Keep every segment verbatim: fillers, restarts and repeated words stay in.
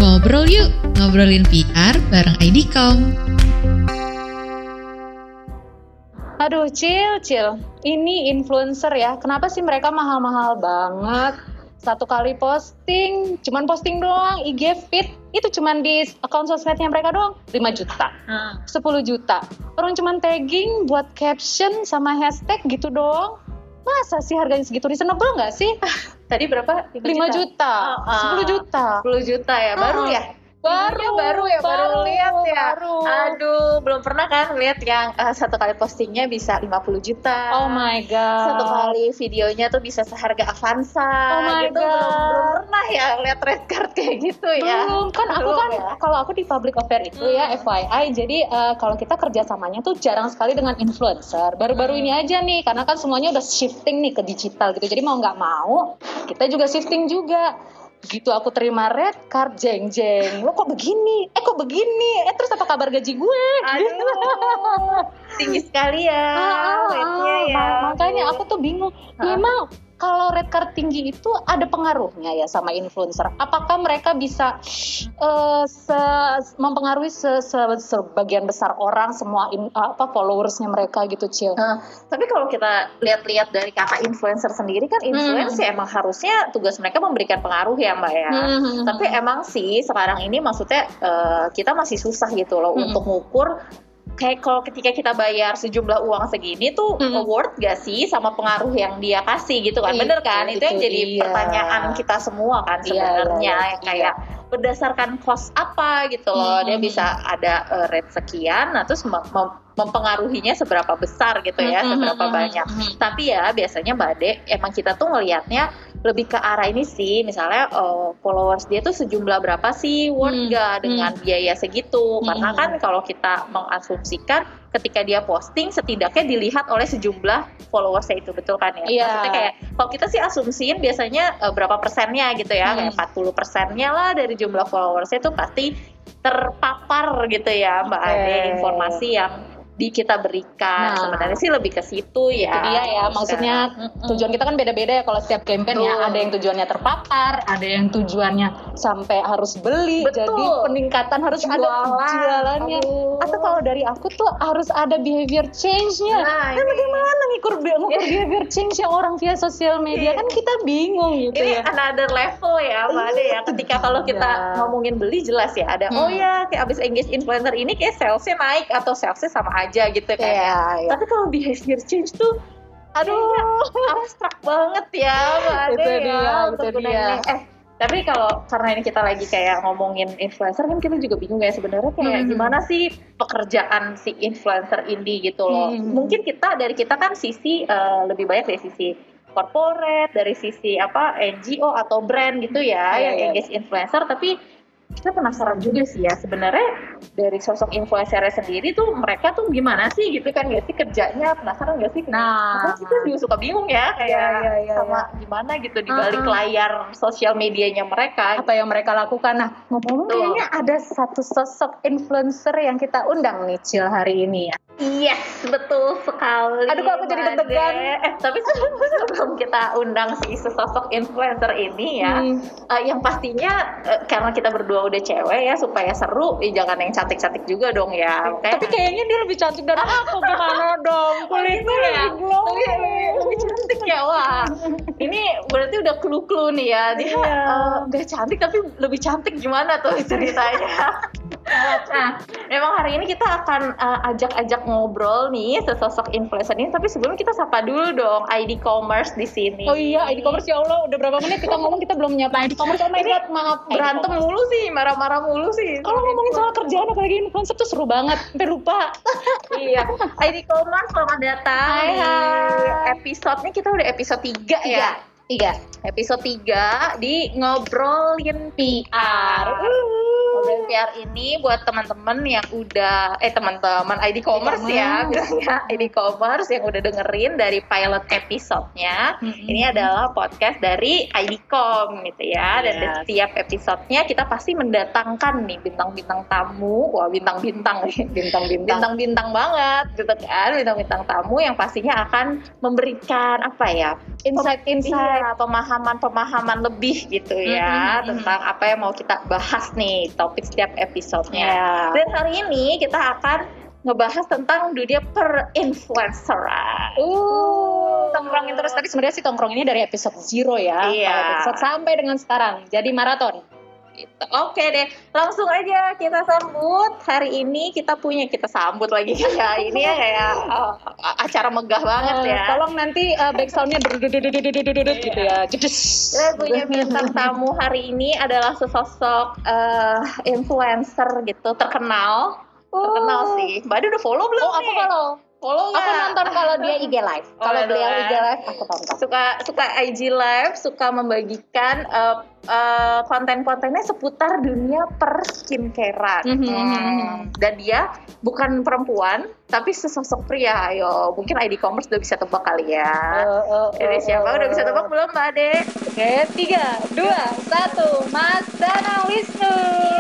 Ngobrol yuk, ngobrolin P R bareng I D Com. Aduh, Cil, Cil. Ini influencer ya. Kenapa sih mereka mahal-mahal banget? Satu kali posting, cuman posting doang, I G feed, itu cuman di akun sosmednya mereka doang, lima juta, hmm. sepuluh juta. Orang cuman tagging, buat caption sama hashtag gitu doang. Masa sih harganya segitu? Reasonable nggak sih? Tadi berapa? lima juta, oh, uh, sepuluh juta. sepuluh juta ya, baru hmm. ya? Baru, baru ya, baru, baru lihat ya. Baru. Aduh, belum pernah kan lihat yang uh, satu kali postingnya bisa lima puluh juta. Oh my god. Satu kali videonya tuh bisa seharga Avanza. Oh my gitu. god. Belum, belum pernah ya lihat red card kayak gitu ya. Belum, kan aku belum kan ya? Kalau aku di public affair itu hmm. ya F Y I. Jadi uh, kalau kita kerjasamanya tuh jarang sekali dengan influencer. Baru-baru hmm. ini aja nih, karena kan semuanya udah shifting nih ke digital gitu. Jadi mau nggak mau, kita juga shifting juga. Gitu aku terima red card, jeng jeng, lo kok begini, eh kok begini, eh terus apa kabar gaji gue? Aduh, tinggi sekali ya, ah, rednya ya. Makanya aku tuh bingung, memang kalau red card tinggi itu ada pengaruhnya ya sama influencer? Apakah mereka bisa uh, se- mempengaruhi se- se- sebagian besar orang, semua in, apa followersnya mereka gitu, Cil? Uh, tapi kalau kita lihat-lihat dari kakak influencer sendiri kan, influencer hmm. emang harusnya tugas mereka memberikan pengaruh ya Mbak ya. Hmm. Tapi emang sih sekarang ini maksudnya uh, kita masih susah gitu loh hmm. untuk mengukur. Kayak kalau ketika kita bayar sejumlah uang segini tuh hmm. worth gak sih sama pengaruh yang dia kasih gitu kan, bener kan? Itu, itu yang jadi iya. pertanyaan kita semua kan sebenarnya, iya, iya, kayak iya. berdasarkan cost apa gitu loh, hmm. dia bisa ada uh, rate sekian, nah terus mem- mem- mempengaruhinya seberapa besar gitu ya, hmm. seberapa hmm. banyak. Hmm. Tapi ya biasanya Mbak Ade, emang kita tuh ngelihatnya lebih ke arah ini sih, misalnya uh, followers dia tuh sejumlah berapa sih worth hmm. gak dengan hmm. biaya segitu, hmm. karena kan kalau kita mengasumsikan ketika dia posting setidaknya dilihat oleh sejumlah followersnya itu, betul kan ya? Yeah. Maksudnya kayak kalau kita sih asumsiin biasanya uh, berapa persennya gitu ya, hmm. kayak empat puluh persennya lah dari jumlah followersnya itu pasti terpapar gitu ya Mbak okay. Ade, informasi yang di kita berikan. Nah, sebenarnya sih lebih ke situ ya. Itu dia ya, maksudnya mm-mm. tujuan kita kan beda-beda ya kalau setiap campaign ya. Ada yang tujuannya terpapar, ada yang tujuannya sampai harus beli. Betul. Jadi peningkatan harus Jualan. ada jualannya. Aduh. Atau kalau dari aku tuh harus ada behavior change-nya. Nah, nah bagaimana ngukur ngukur behavior change yang orang via sosial media, kan kita bingung gitu ini ya. Ini another level ya Mbak Ade ya. Ketika kalau kita ya. ngomongin beli jelas ya ada hmm. oh ya kayak abis engage influencer ini kayak salesnya naik atau salesnya sama aja gitu kan. Yeah, yeah. Tapi kalau behavior change tuh aduh abstrak banget ya Mbak Ade itu ya. Dia, itu dia. Eh tapi kalau karena ini kita lagi kayak ngomongin influencer kan kita juga bingung ya sebenarnya kayak hmm. gimana sih pekerjaan si influencer ini gitu loh. Hmm. Mungkin kita dari kita kan sisi uh, lebih banyak dari sisi corporate, dari sisi apa N G O atau brand gitu ya, yeah, yang yeah. engage influencer, tapi kita penasaran juga sih ya sebenarnya dari sosok influencernya sendiri tuh mereka tuh gimana sih gitu kan, gak sih kerjanya, penasaran gak sih? Nah, kita juga suka bingung ya kayak yeah, yeah, yeah, sama yeah. gimana gitu di balik uh-huh. layar sosial medianya mereka. Apa yang mereka lakukan? Nah, ngomong-ngomong kayaknya ada satu sosok influencer yang kita undang nih Cil hari ini ya. Yes, betul sekali. Aduh kok aku jadi deg-degan. Eh, tapi sebelum kita undang si sosok influencer ini ya, hmm. uh, yang pastinya uh, karena kita berdua udah cewek ya, supaya seru, eh, jangan yang cantik-cantik juga dong ya. Okay? Tapi kayaknya dia lebih cantik dari aku, gimana dong? Kulitnya ya. lebih glowing. Lebih, lebih, lebih cantik ya, wah. Ini berarti udah clue-clue nih ya. Dia yeah. uh, gak cantik tapi lebih cantik, gimana tuh ceritanya? Nah, memang hari ini kita akan uh, ajak-ajak ngobrol nih sesosok influencer ini, tapi sebelum kita sapa dulu dong I D Commerce di sini. Oh iya, I D Commerce, ya Allah, udah berapa menit kita ngomong kita belum nyapa I D Commerce. Oh my god, maaf. Berantem mulu sih, marah-marah mulu sih. Kalau ngomongin soal kerjaan apalagi influencer tuh seru banget, sampai lupa. Iya, I D Commerce selamat datang. Hai, hai. Episode ini kita udah episode tiga ya. Tiga. Episode tiga di Ngobrolin P R. Uh. Ngobrolin P R ini buat teman-teman yang udah eh teman-teman I D Commerce ya, bilangnya I D Commerce yang udah dengerin dari pilot episode-nya. Mm-hmm. Ini adalah podcast dari I D Com gitu ya. Dan yes. di setiap episode-nya kita pasti mendatangkan nih bintang-bintang tamu. Wah, bintang-bintang nih, bintang-bintang. Bintang-bintang banget gitu kan. Bintang-bintang tamu yang pastinya akan memberikan apa ya? Insight-insight, iya, pemahaman-pemahaman lebih gitu ya, mm-hmm. tentang apa yang mau kita bahas nih, topik setiap episodenya. Yeah. Dan hari ini kita akan ngebahas tentang dunia per-influenceran. Uh, tongkrongin terus, tapi sebenarnya sih tongkrong ini dari episode zero ya, yeah. episode sampai dengan sekarang, jadi maraton. Gitu. Oke deh, langsung aja kita sambut. Hari ini kita punya, kita sambut lagi ya. Ini ya kayak oh, acara megah banget uh, ya. Tolong nanti uh, back sound-nya dududududududududud gitu ya. Judes. Kita punya bintang tamu hari ini adalah sesosok uh, influencer gitu, terkenal. Oh. Terkenal sih. Mbak Ade udah follow belum? Oh, aku follow. Follow aku nonton kalau dia I G live. Oh, kalau beliau I G live aku tonton. Suka suka I G live, suka membagikan uh, uh, konten-kontennya seputar dunia per skincarean. Mm-hmm. Hmm. Dan dia bukan perempuan, tapi sesosok pria. Ayo, mungkin I D Commerce udah bisa tebak kali ya. Uh, uh, Ini uh, siapa? Uh, udah bisa tebak belum, Mbak Ade? Oke, tiga, dua, satu, Mas Danang Wisnu.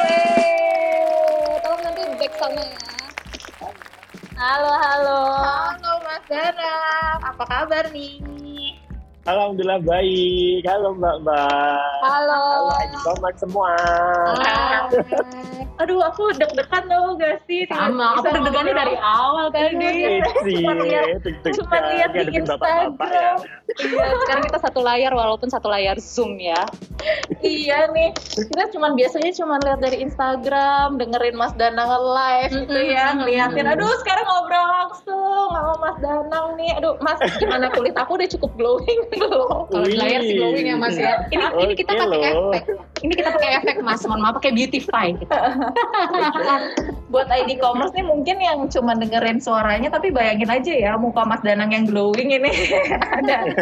Tolong nanti back sound-nya ya. Halo, halo. Halo Mas Danang, apa kabar nih? Alhamdulillah baik. Halo Mbak-mbak. Halo. Halo I D Commerce semua. Hai. Aduh, aku deg-degan loh gak sih? Sama, aku deg-degannya dari awal tadi. Cuma lihat, cuma lihat di Instagram. Iya, sekarang kita satu layar walaupun satu layar Zoom ya. Iya nih, kita cuma biasanya cuma lihat dari Instagram, dengerin Mas Danang live gitu ya, ngeliatin. Aduh, sekarang ngobrol langsung sama Mas Danang nih. Aduh, Mas, gimana kulit aku udah cukup glowing belum? Kalau di layar sih glowing ya Mas ya. Ini okay, ini kita pakai efek. Ini kita pakai efek Mas, mohon maaf pakai beautify gitu. Buat I D Commerce nih mungkin yang cuma dengerin suaranya, tapi bayangin aja ya muka Mas Danang yang glowing ini. Ada.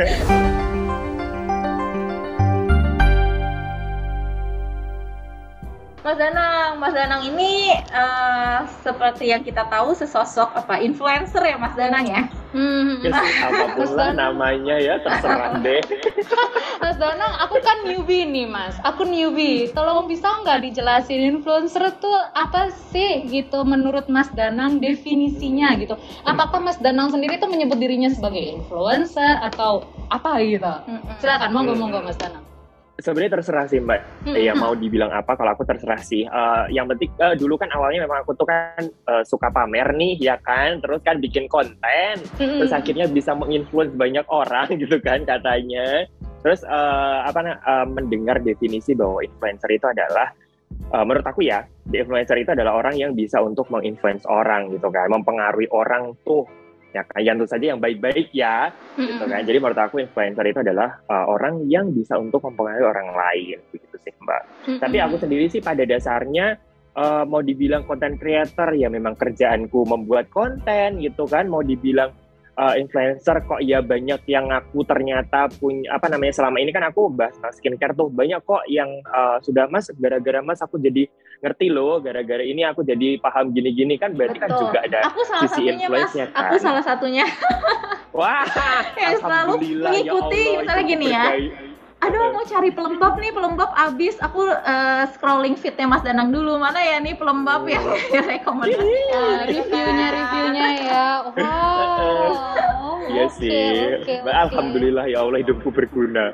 Mas Danang, Mas Danang ini uh, seperti yang kita tahu sesosok apa influencer ya Mas Danang ya? Hmm. Ya, apapun lah namanya ya terserah deh. Mas Danang, aku kan newbie nih Mas, aku newbie. Tolong bisa nggak dijelasin influencer tuh apa sih gitu menurut Mas Danang definisinya gitu? Apakah Mas Danang sendiri tuh menyebut dirinya sebagai influencer atau apa gitu? Mm-hmm. Silakan, monggo monggo Mas Danang. Sebenarnya terserah sih Mbak, mm-hmm. ya mau dibilang apa kalau aku terserah sih. Uh, yang penting uh, dulu kan awalnya memang aku tuh kan uh, suka pamer nih ya kan, terus kan bikin konten, mm-hmm. terus akhirnya bisa menginfluence banyak orang gitu kan katanya. Terus uh, apa uh, mendengar definisi bahwa influencer itu adalah uh, menurut aku ya, influencer itu adalah orang yang bisa untuk menginfluence orang gitu kan, mempengaruhi orang tuh. Ya kayak tentu saja yang baik-baik ya, mm-hmm. gitu kan. Jadi menurut aku influencer itu adalah uh, orang yang bisa untuk mempengaruhi orang lain, begitu sih Mbak. Mm-hmm. Tapi aku sendiri sih pada dasarnya uh, mau dibilang content creator ya memang kerjaanku membuat konten gitu kan. Mau dibilang uh, influencer kok ya banyak yang aku ternyata punya apa namanya selama ini kan aku bahas skincare tuh banyak kok yang uh, sudah Mas gara-gara Mas aku jadi ngerti loh, gara-gara ini aku jadi paham gini-gini kan berarti Betul. Kan juga ada sisi influence-nya kan. Aku salah satunya. Wah, ya, selalu mengikuti ya Allah, misalnya gini ya. Aduh mau cari pelembab nih, pelembab abis aku uh, scrolling feed-nya Mas Danang dulu, mana ya nih pelembab yang rekomendasi. Uh, reviewnya reviewnya ya. Wow. Iya okay, sih. Okay, okay. Alhamdulillah ya Allah hidupku berguna.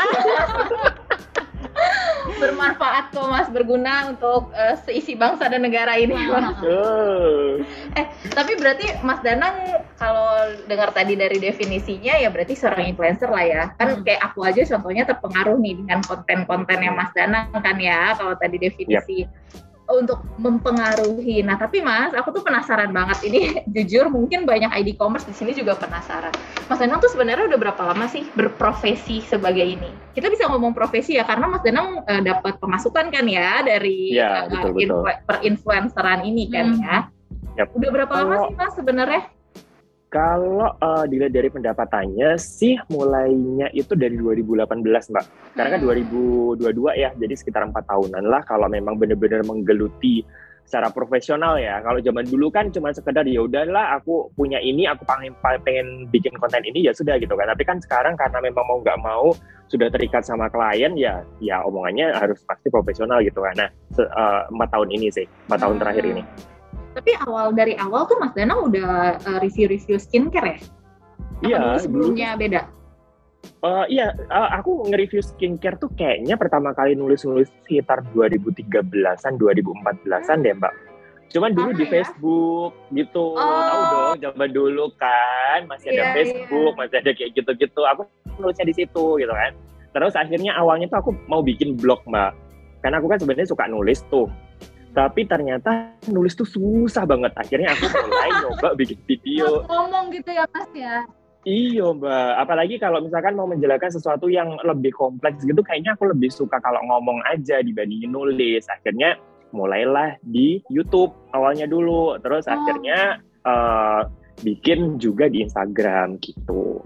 Bermanfaat kok Mas, berguna untuk uh, seisi bangsa dan negara ini. Oh. Eh tapi berarti Mas Danang kalau dengar tadi dari definisinya ya berarti seorang influencer lah ya. Kan hmm. kayak aku aja contohnya terpengaruh nih dengan konten-konten yang Mas Danang kan ya kalau tadi definisi. Yep. Untuk mempengaruhi. Nah, tapi Mas, aku tuh penasaran banget. Ini jujur mungkin banyak I D Commerce di sini juga penasaran. Mas Danang tuh sebenarnya udah berapa lama sih berprofesi sebagai ini? Kita bisa ngomong profesi ya karena Mas Danang uh, dapat pemasukan kan ya dari ya, betul, uh, influ- per-influenceran ini kan hmm. ya. Yep. Udah berapa lama oh. sih Mas sebenarnya? Kalau uh, dilihat dari pendapatannya sih mulainya itu dari dua ribu delapan belas Mbak. Karena kan dua ribu dua puluh dua ya, jadi sekitar empat tahunan lah kalau memang benar-benar menggeluti secara profesional ya. Kalau zaman dulu kan cuma sekedar ya udahlah aku punya ini, aku pengen, pengen bikin konten ini ya sudah gitu kan. Tapi kan sekarang karena memang mau nggak mau sudah terikat sama klien ya, ya omongannya harus pasti profesional gitu kan. Nah empat uh, tahun ini sih, empat tahun terakhir ini. Tapi awal dari awal tuh Mas Danang udah uh, review-review skincare ya? Iya. Sebelumnya dulu. Beda? Uh, iya, uh, aku nge-review skincare tuh kayaknya pertama kali nulis-nulis sekitar dua ribu tiga belasan, dua ribu empat belasan deh Mbak. Cuman dulu Aha, di ya? Facebook gitu, oh. Tahu dong zaman dulu kan masih ada yeah, Facebook, yeah. masih ada kayak gitu-gitu. Aku nulisnya di situ gitu kan. Terus akhirnya awalnya tuh aku mau bikin blog Mbak. Karena aku kan sebenarnya suka nulis tuh. Tapi ternyata nulis tuh susah banget. Akhirnya aku mulai nyoba bikin video. Ngomong gitu ya Mas ya? Iya Mbak, apalagi kalau misalkan mau menjelaskan sesuatu yang lebih kompleks gitu, kayaknya aku lebih suka kalau ngomong aja dibandingin nulis. Akhirnya mulailah di YouTube awalnya dulu. Terus oh. akhirnya uh, bikin juga di Instagram gitu.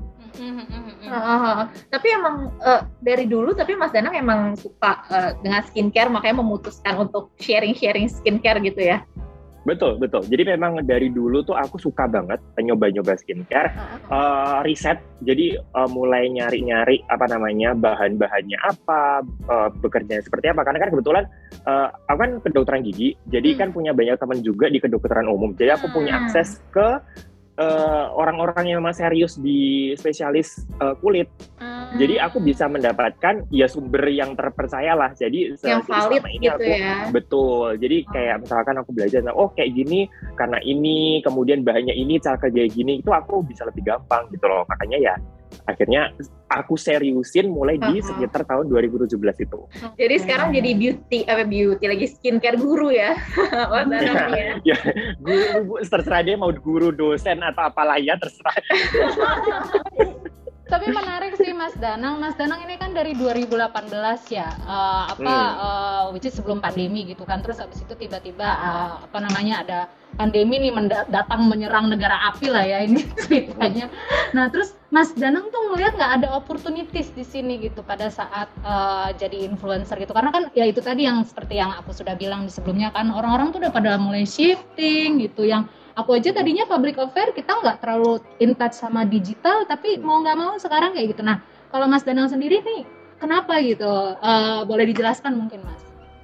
Uh, tapi emang uh, dari dulu tapi Mas Danang emang suka uh, dengan skincare, makanya memutuskan untuk sharing-sharing skincare gitu ya? Betul, betul. Jadi memang dari dulu tuh aku suka banget nyoba-nyoba skincare, uh, riset. Jadi uh, mulai nyari-nyari apa namanya bahan-bahannya apa, uh, bekerja seperti apa. Karena kan kebetulan uh, aku kan kedokteran gigi, jadi hmm. kan punya banyak teman juga di kedokteran umum. Jadi aku punya akses ke Uh, orang-orang yang memang serius di spesialis uh, kulit, hmm. jadi aku bisa mendapatkan ya sumber yang terpercaya lah. Jadi yang valid ini gitu aku, ya. Betul. Jadi hmm. kayak misalkan aku belajar, oh kayak gini karena ini, kemudian bahannya ini, cara kerja gini, itu aku bisa lebih gampang gitu loh. Makanya ya akhirnya aku seriusin mulai di uh-huh. sekitar tahun dua ribu tujuh belas itu. Jadi sekarang jadi beauty, apa beauty lagi skincare guru ya? Mas Danang ya. Ya, guru, terserah dia mau guru, dosen atau apalah ya terserah. Tapi menarik sih Mas Danang. Mas Danang ini kan dari dua ribu delapan belas ya, uh, apa hmm. uh, which is sebelum pandemi gitu kan. Terus habis itu tiba-tiba uh, apa namanya ada pandemi nih menda- datang menyerang negara api lah ya ini ceritanya. Nah terus Mas Danang tuh ngelihat nggak ada opportunities di sini gitu pada saat uh, jadi influencer gitu. Karena kan ya itu tadi yang seperti yang aku sudah bilang di sebelumnya kan, orang-orang tuh udah pada mulai shifting gitu. Yang aku aja tadinya public affair kita nggak terlalu in touch sama digital, tapi mau nggak mau sekarang kayak gitu. Nah kalau Mas Danang sendiri nih kenapa gitu? Uh, boleh dijelaskan mungkin Mas?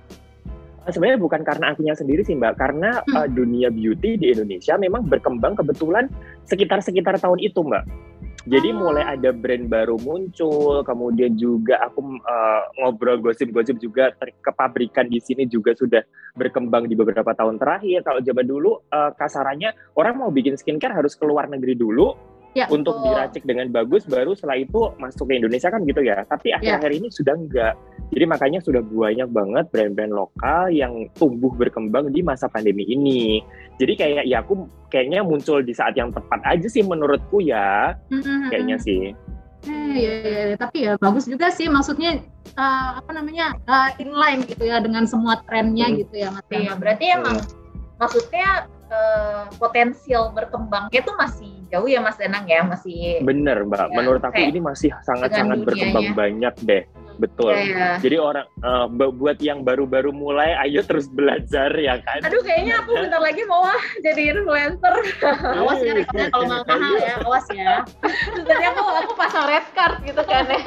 Sebenarnya bukan karena akunya sendiri sih Mbak, karena hmm. uh, dunia beauty di Indonesia memang berkembang kebetulan sekitar-sekitar tahun itu Mbak. Jadi oh. mulai ada brand baru muncul, kemudian juga aku uh, ngobrol gosip-gosip juga ter- kepabrikan di sini juga sudah berkembang di beberapa tahun terakhir. Kalau zaman dulu uh, kasarannya orang mau bikin skincare harus ke luar negeri dulu ya, untuk oh. diracik dengan bagus, baru setelah itu masuk ke Indonesia kan gitu ya. Tapi akhir-akhir ya. ini sudah enggak. Jadi makanya sudah banyak banget brand-brand lokal yang tumbuh berkembang di masa pandemi ini. Jadi kayak ya aku kayaknya muncul di saat yang tepat aja sih menurutku ya. Mm-hmm. Kayaknya sih. Eh, ya, ya, ya, tapi ya bagus juga sih, maksudnya uh, apa namanya uh, inline gitu ya dengan semua trennya hmm. gitu ya Mas. Iya, berarti emang hmm. maksudnya uh, potensial berkembangnya tuh masih jauh ya Mas Danang ya, masih. Bener Mbak, ya, menurut aku ini masih sangat-sangat berkembang banyak deh. Betul. Ya, ya. Jadi orang uh, buat yang baru-baru mulai, ayo terus belajar ya kan. Aduh, kayaknya aku bentar lagi mau ah jadi influencer. Awas ya, rekannya kalau mahal ya, awas ya. Sebenarnya aku aku pasang red card gitu kan ya.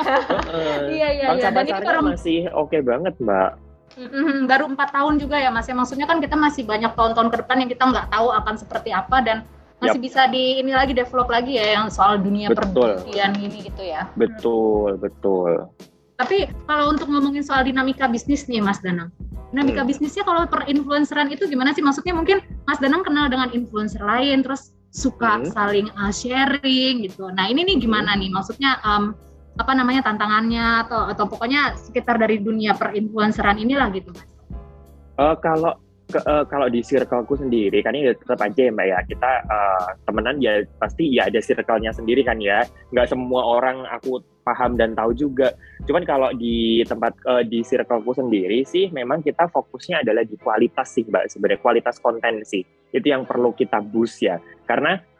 Iya iya iya. Dan ini baru masih oke okay banget Mbak. Mm-hmm, baru empat tahun juga ya Mas. Ya maksudnya kan kita masih banyak tahun-tahun ke depan yang kita nggak tahu akan seperti apa dan masih yep. bisa di ini lagi develop lagi ya yang soal dunia perbukian ini gitu ya. Betul betul. Tapi kalau untuk ngomongin soal dinamika bisnis nih Mas Danang, dinamika hmm. bisnisnya kalau per influenceran itu gimana sih? Maksudnya mungkin Mas Danang kenal dengan influencer lain, terus suka hmm. saling uh, sharing gitu. Nah ini nih gimana nih? Maksudnya um, apa namanya tantangannya atau atau pokoknya sekitar dari dunia per influenceran inilah gitu Mas? Uh, kalau ke, uh, kalau di circleku sendiri kan ini tetap aja ya Mbak ya, kita uh, temenan ya pasti ya ada circle-nya sendiri kan ya. Nggak semua orang aku paham dan tahu juga. Cuman kalau di tempat uh, di circleku sendiri sih memang kita fokusnya adalah di kualitas sih Mbak, sebenarnya kualitas konten sih. Itu yang perlu kita boost ya. Karena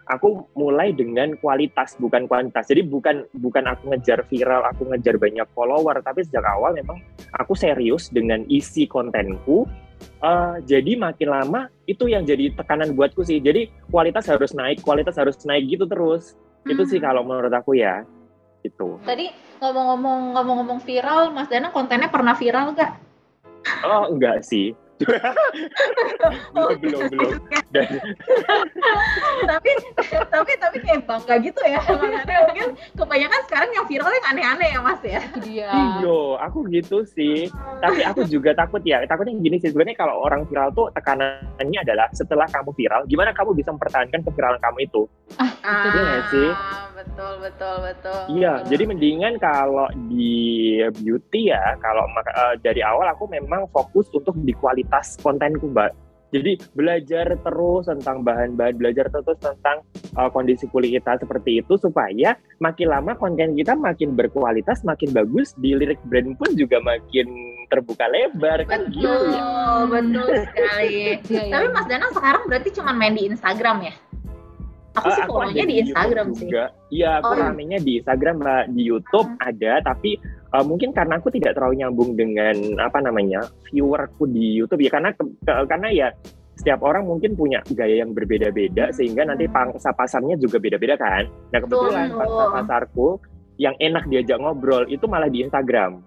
aku mulai dengan kualitas bukan kuantitas. Jadi bukan bukan aku ngejar viral, aku ngejar banyak follower, tapi sejak awal memang aku serius dengan isi kontenku. Uh, jadi makin lama itu yang jadi tekanan buatku sih. Jadi kualitas harus naik, kualitas harus naik gitu terus. Hmm. Itu sih kalau menurut aku ya. Itu. Tadi ngomong-ngomong ngomong-ngomong viral, Mas Danang kontennya pernah viral gak? Oh enggak sih. belum belum belum dan tapi tapi tapi kayak bangga gitu ya makanya mungkin kebanyakan sekarang yang viral yang aneh-aneh ya Mas ya. Iya. Iyo, aku gitu sih. Tapi aku juga takut ya. Takutnya gini sih, sebenarnya kalau orang viral tuh tekanannya adalah setelah kamu viral, gimana kamu bisa mempertahankan keviralan kamu itu? Ah, itu dia ah, sih. Betul betul betul. Iya, jadi mendingan kalau di beauty ya, kalau uh, dari awal aku memang fokus untuk di kualitas kontenku, Mbak. Jadi belajar terus tentang bahan-bahan, belajar terus tentang uh, kondisi kulit kita seperti itu supaya makin lama konten kita makin berkualitas, makin bagus, di lirik brand pun juga makin terbuka lebar kan betul, gitu ya. Betul sekali. ya, ya. Tapi Mas Danang sekarang berarti cuma main di Instagram ya? Aku sih uh, follow-nya di Instagram sih. Iya, aku oh. ramenya di Instagram, Mbak. Di YouTube uh. ada, tapi uh, mungkin karena aku tidak terlalu nyambung dengan apa namanya viewerku di YouTube ya, karena ke, ke, karena ya setiap orang mungkin punya gaya yang berbeda-beda sehingga nanti pangsa pasarnya juga beda-beda kan. Nah kebetulan pangsa pasarku yang enak diajak ngobrol itu malah di Instagram.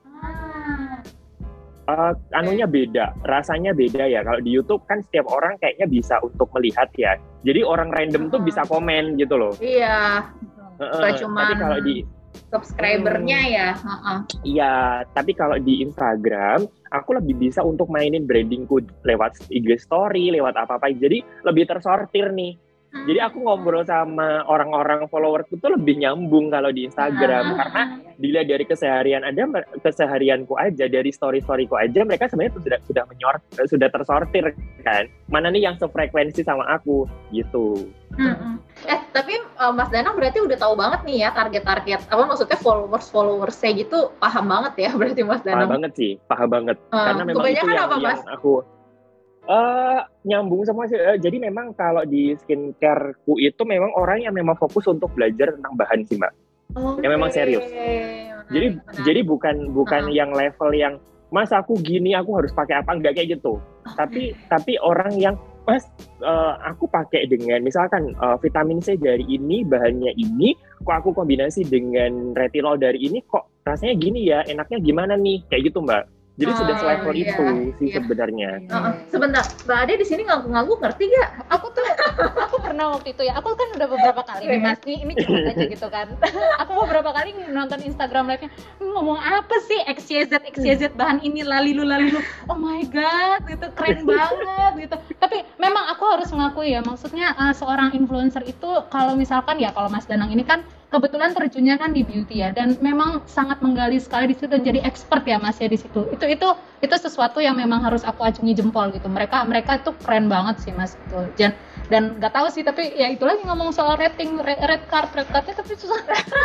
Uh, anunya beda, rasanya beda ya. Kalau di YouTube kan setiap orang kayaknya bisa untuk melihat ya. Jadi orang random tuh bisa komen gitu loh. Iya. Uh, cuma tapi kalau di subscribernya hmm, ya. Uh-uh. Iya, tapi kalau di Instagram aku lebih bisa untuk mainin brandingku lewat I G Story, lewat apa-apa. Jadi lebih tersortir nih. Jadi aku ngobrol sama orang-orang followerku tuh lebih nyambung kalau di Instagram ah. karena dilihat dari keseharian aja, keseharianku aja, dari story-storyku aja mereka sebenarnya sudah sudah menyor, sudah tersortir kan. Mana nih yang sefrekuensi sama aku gitu. Hmm. Eh tapi uh, Mas Danang berarti udah tahu banget nih ya target-target apa maksudnya followers-followersnya gitu paham banget ya berarti Mas Danang. Paham banget sih, paham banget. Uh, karena memang itu yang, apa, yang aku Uh, nyambung sama sih. Uh, jadi memang kalau di skincareku itu memang orang yang memang fokus untuk belajar tentang bahan sih, Mbak. Okay. Yang memang serius. Menarik, jadi menarik. jadi bukan bukan uh-huh. yang level yang Mas aku gini aku harus pakai apa, enggak kayak gitu. Okay. Tapi tapi orang yang Mas uh, aku pakai dengan misalkan uh, vitamin C dari ini, bahannya ini, kok aku kombinasi dengan retinol dari ini, kok rasanya gini ya, enaknya gimana nih, kayak gitu Mbak. Jadi oh, sudah selevel iya, itu sih iya. sebenarnya. Uh, sebentar, Mbak Ade di sini ngangguk-ngangguk ngerti gak? Aku tuh, aku pernah waktu itu ya. Aku kan udah beberapa kali nih Mas, nih, ini cuma aja gitu kan. Aku beberapa kali nonton Instagram live-nya, ngomong apa sih X Y Z X Y Z bahan ini lalilu lalilu. Oh my god, gitu keren banget gitu. Tapi memang aku harus mengakui ya, maksudnya uh, seorang influencer itu kalau misalkan ya kalau Mas Danang ini kan kebetulan terjunnya kan di beauty ya, dan memang sangat menggali sekali di situ dan jadi expert ya Mas ya di situ. Itu itu itu sesuatu yang memang harus aku acungi jempol gitu. Mereka mereka itu keren banget sih Mas itu. Dan dan nggak tahu sih, tapi ya itu lagi ngomong soal rating red, red card red cardnya tapi susah.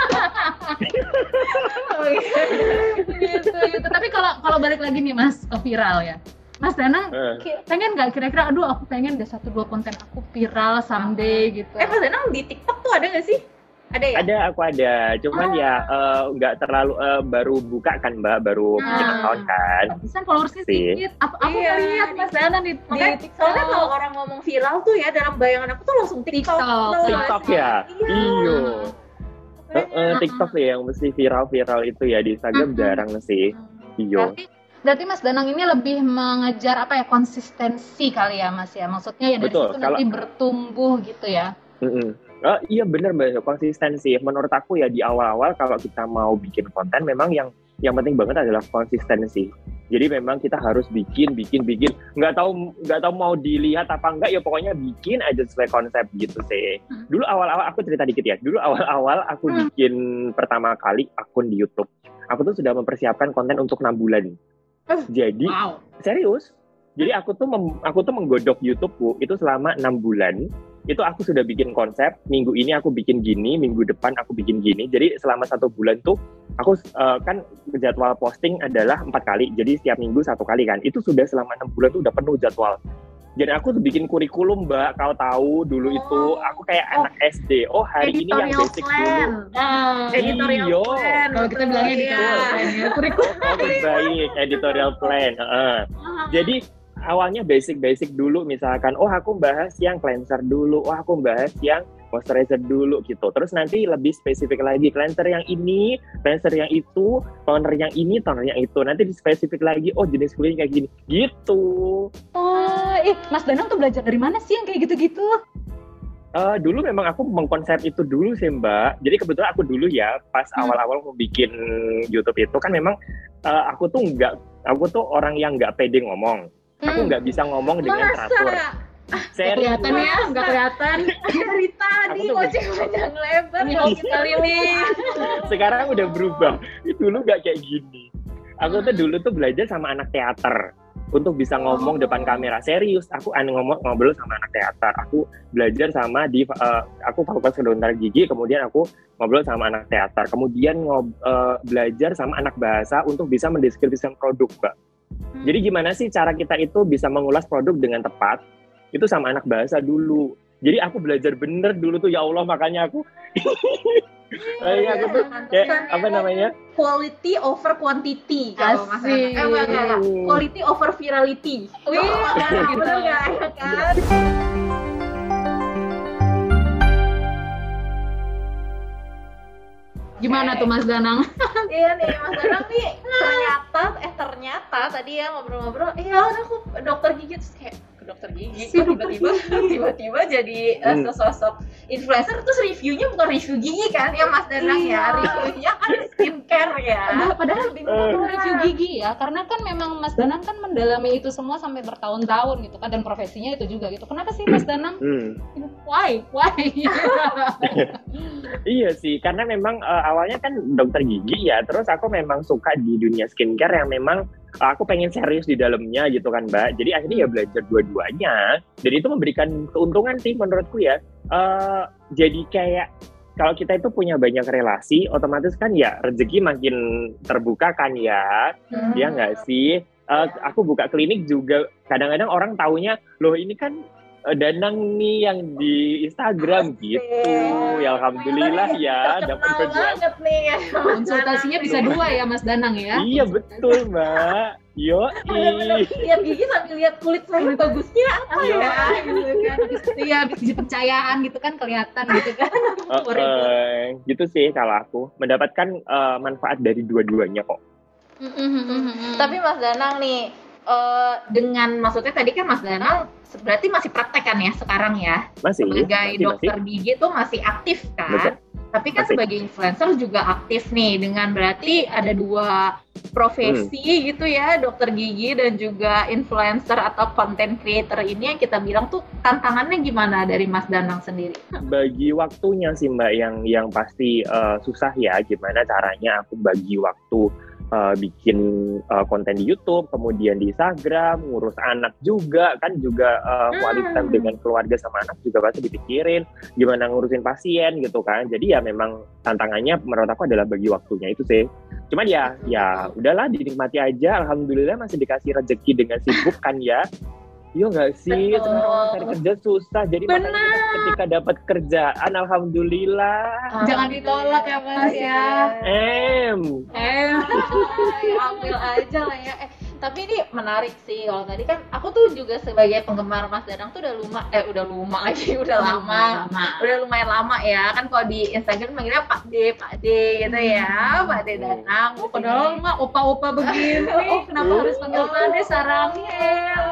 gitu gitu. Tapi kalau kalau balik lagi nih Mas ke viral ya. Mas Danang uh. pengen nggak kira-kira, aduh aku pengen deh satu dua konten aku viral someday gitu. Eh Mas Danang di TikTok tuh ada nggak sih? Ada ya? Ada, aku ada. Cuman ah. ya nggak uh, terlalu uh, baru buka kan Mbak, baru bikin ah. account kan. Bisa followersnya sedikit. Aku, aku iya. ngeliat Mas Danang di, di TikTok. Soalnya kalau orang ngomong viral tuh ya dalam bayangan aku tuh langsung TikTok. TikTok, TikTok ya? Iya. Uh, uh, TikTok ya yang mesti viral-viral itu ya, di Instagram uh-huh. jarang sih. Iya. Berarti, berarti Mas Danang ini lebih mengejar apa ya, konsistensi kali ya Mas ya? Maksudnya ya dari Betul, situ kalau... nanti bertumbuh gitu ya? Uh-uh. Oh, iya benar Mbak, konsistensi. Menurut aku ya di awal-awal kalau kita mau bikin konten memang yang yang penting banget adalah konsistensi. Jadi memang kita harus bikin, bikin, bikin. Nggak tahu nggak tahu mau dilihat apa enggak ya, pokoknya bikin aja sesuai konsep gitu sih. Dulu awal-awal aku cerita dikit ya. Dulu awal-awal aku bikin pertama kali akun di YouTube. Aku tuh sudah mempersiapkan konten untuk enam bulan. Jadi wow. serius. Jadi aku tuh mem, aku tuh menggodok YouTubeku itu selama enam bulan. Itu aku sudah bikin konsep, minggu ini aku bikin gini, minggu depan aku bikin gini. Jadi selama satu bulan tuh aku uh, kan jadwal posting adalah empat kali, jadi setiap minggu satu kali kan. Itu sudah selama enam bulan tuh udah penuh jadwal. Dan aku tuh bikin kurikulum Mbak, kau tahu dulu oh. itu aku kayak oh. anak S D. Oh hari editorial ini yang basic plan. Dulu. Uh, editorial Iyo. plan. Kalau kita bilangnya editorial plan ya. Kurikulum. Oh, oh, baik, editorial plan. Uh. Uh-huh. Jadi awalnya basic-basic dulu, misalkan, oh aku bahas yang cleanser dulu, oh aku bahas yang moisturizer dulu gitu. Terus nanti lebih spesifik lagi, cleanser yang ini, cleanser yang itu, toner yang ini, toner yang itu. Nanti di spesifik lagi, oh jenis kulitnya kayak gini. Gitu. Oh, eh Mas Danang tuh belajar dari mana sih yang kayak gitu-gitu? Uh, dulu memang aku mengkonsep itu dulu sih Mbak. Jadi kebetulan aku dulu ya, pas hmm. awal-awal mau bikin YouTube itu kan memang uh, aku tuh nggak, aku tuh orang yang nggak pede ngomong. Aku nggak bisa ngomong dengan Masa? teratur. Nggak kelihatan ya, nggak kelihatan. Dari tadi ngoceh panjang lebar ngomongin kali ini. Sekarang udah berubah. Dulu nggak kayak gini. Aku tuh dulu tuh belajar sama anak teater untuk bisa ngomong oh. depan kamera serius. Aku aneh ngomong ngobrol sama anak teater. Aku belajar sama di uh, aku fakultas kedokteran gigi. Kemudian aku ngobrol sama anak teater. Kemudian ngob, uh, belajar sama anak bahasa untuk bisa mendeskripsikan produk, Mbak. Hmm. Jadi gimana sih cara kita itu bisa mengulas produk dengan tepat? Itu sama anak bahasa dulu. Jadi aku belajar bener dulu tuh, ya Allah, makanya aku kayak aku tuh kayak apa namanya? Quality over quantity kalau Mas eh enggak enggak quality over virality. Wih, gitu enggak ya kan? Gimana tuh Mas Danang? Iya nih Mas Danang nih ternyata eh ternyata tadi ya ngobrol-ngobrol, iya aku dokter gigi terus kayak ke dokter gigi kok tiba-tiba tiba-tiba jadi uh, sosok influencer. Terus reviewnya bukan review gigi kan ya Mas Danang ya, reviewnya kan skincare ya. Padahal, padahal bingung uh. review gigi ya, karena kan memang Mas Danang kan mendalami itu semua sampai bertahun-tahun gitu kan, dan profesinya itu juga gitu. Kenapa sih Mas Danang? Hmm. Why? Why? Iya sih, karena memang uh, awalnya kan dokter gigi ya, terus aku memang suka di dunia skincare yang memang uh, aku pengen serius di dalamnya gitu kan Mbak. Jadi akhirnya ya belajar dua-duanya, dan itu memberikan keuntungan sih menurutku ya. Uh, jadi kayak kalau kita itu punya banyak relasi, otomatis kan ya rezeki makin terbuka kan ya, hmm. ya nggak sih? Uh, aku buka klinik juga kadang-kadang orang taunya, loh ini kan Danang nih yang di Instagram gitu. Ya alhamdulillah ya dapat kerjaan. nih ya. Konsultasinya bisa dua ya Mas Danang ya. Iya betul Mbak. Yo, lihat gigi sambil lihat kulit saya bagusnya apa ya gitu kan. Iya, bisa percayaan gitu kan, kelihatan gitu kan. Uh, uh, gitu sih kalau aku mendapatkan uh, manfaat dari dua-duanya kok. Tapi Mas Danang nih uh, dengan maksudnya tadi kan Mas Danang berarti masih praktek kan ya sekarang ya? Masih. Sebagai masih, dokter masih. gigi tuh masih aktif kan? Betul. Tapi kan masih. Sebagai influencer juga aktif nih, dengan berarti ada dua profesi hmm. gitu ya, dokter gigi dan juga influencer atau content creator ini yang kita bilang tuh tantangannya gimana dari Mas Danang sendiri? Bagi waktunya sih Mbak yang yang pasti uh, susah ya, gimana caranya aku bagi waktu Uh, bikin uh, konten di YouTube, kemudian di Instagram, ngurus anak juga kan, juga uh, quality time dengan keluarga sama anak juga pasti dipikirin, gimana ngurusin pasien gitu kan. Jadi ya memang tantangannya menurut aku adalah bagi waktunya itu sih. Cuman ya ya udahlah, dinikmati aja. Alhamdulillah masih dikasih rezeki dengan sibuk kan ya. Iya nggak sih, sekarang cari kerja susah, jadi bener. Makanya ketika dapat kerjaan, alhamdulillah. Ah, jangan ditolak ya Mas ya. Em, em, ambil aja lah ya. Eh, tapi ini menarik sih. Kalau tadi kan aku tuh juga sebagai penggemar Mas Danang tuh udah luma, eh udah luma lagi, udah lama, lama. udah lumayan lama ya. Kan kalau di Instagram manggilnya Pak D, Pak D gitu ya, Pak D Danang. Oh, padahal mah opa-opa begini. Oh, kenapa harus panggil Pak D Sarangel?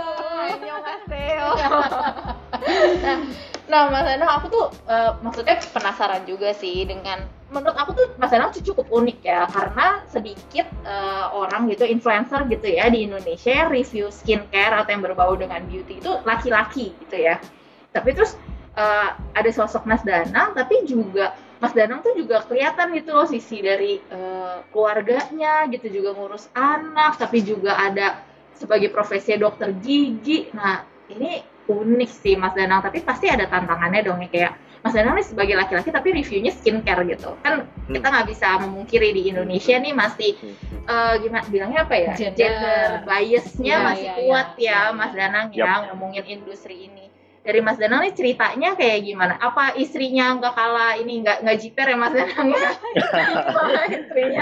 nah, nah Mas Danang aku tuh uh, maksudnya penasaran juga sih dengan, menurut aku tuh Mas Danang tuh cukup unik ya, karena sedikit uh, orang gitu, influencer gitu ya di Indonesia yang review skincare atau yang berbau dengan beauty itu laki-laki gitu ya. Tapi terus uh, ada sosok Mas Danang, tapi juga Mas Danang tuh juga kelihatan gitu loh sisi dari uh, keluarganya gitu, juga ngurus anak, tapi juga ada sebagai profesi dokter gigi. Nah ini unik sih Mas Danang, tapi pasti ada tantangannya dong ya, kayak Mas Danang nih sebagai laki-laki tapi reviewnya skincare gitu kan, hmm. kita nggak bisa memungkiri di Indonesia nih masih uh, gimana bilangnya apa ya, gender, gender biasnya ya, masih ya, kuat ya, ya Mas Danang ya, ya ngomongin industri ini. Dari Mas Danang nih ceritanya kayak gimana? Apa istrinya nggak kalah ini, nggak nggak jiper ya Mas Danang ya? Istrinya?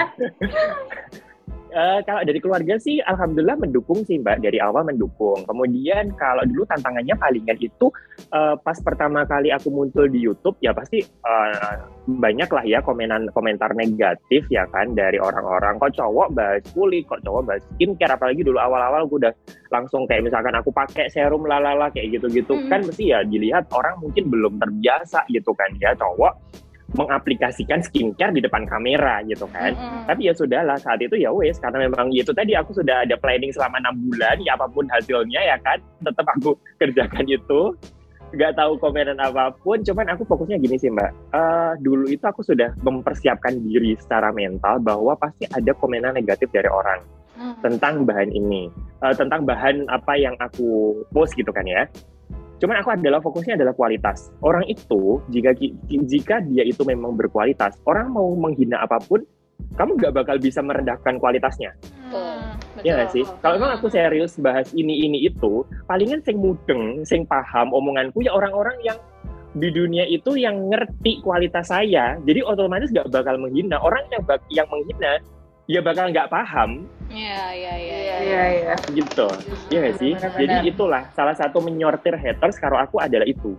Uh, kalau dari keluarga sih alhamdulillah mendukung sih Mbak, dari awal mendukung. Kemudian kalau dulu tantangannya palingan itu uh, pas pertama kali aku muncul di YouTube ya pasti uh, banyak lah ya komenan komentar negatif ya kan dari orang-orang, kok cowok bahas kulit, kok cowok bahas skincare, apalagi dulu awal-awal gue udah langsung kayak misalkan aku pakai serum lalala kayak gitu-gitu hmm. kan mesti ya dilihat orang mungkin belum terbiasa gitu kan ya cowok mengaplikasikan skincare di depan kamera gitu kan. Mm-hmm. Tapi ya sudahlah saat itu ya wes karena memang itu tadi aku sudah ada planning selama enam bulan ya apapun hasilnya ya kan tetap aku kerjakan itu. Nggak tahu komenan apapun, cuman aku fokusnya gini sih Mbak. Uh, dulu itu aku sudah mempersiapkan diri secara mental bahwa pasti ada komenan negatif dari orang mm. tentang bahan ini, uh, tentang bahan apa yang aku post gitu kan ya. Cuman aku adalah fokusnya adalah kualitas. Orang itu jika jika dia itu memang berkualitas, orang mau menghina apapun, kamu nggak bakal bisa merendahkan kualitasnya. Hmm, ya nggak sih? Kalau memang aku serius bahas ini ini itu, palingan sing mudeng, sing paham omonganku ya orang-orang yang di dunia itu yang ngerti kualitas saya. Jadi otomatis nggak bakal menghina. Orang yang bak- yang menghina ya bakal nggak paham. Iya, iya, iya, iya, iya. Gitu. Iya nggak sih? Benar-benar. Jadi itulah salah satu menyortir haters kalau aku adalah itu.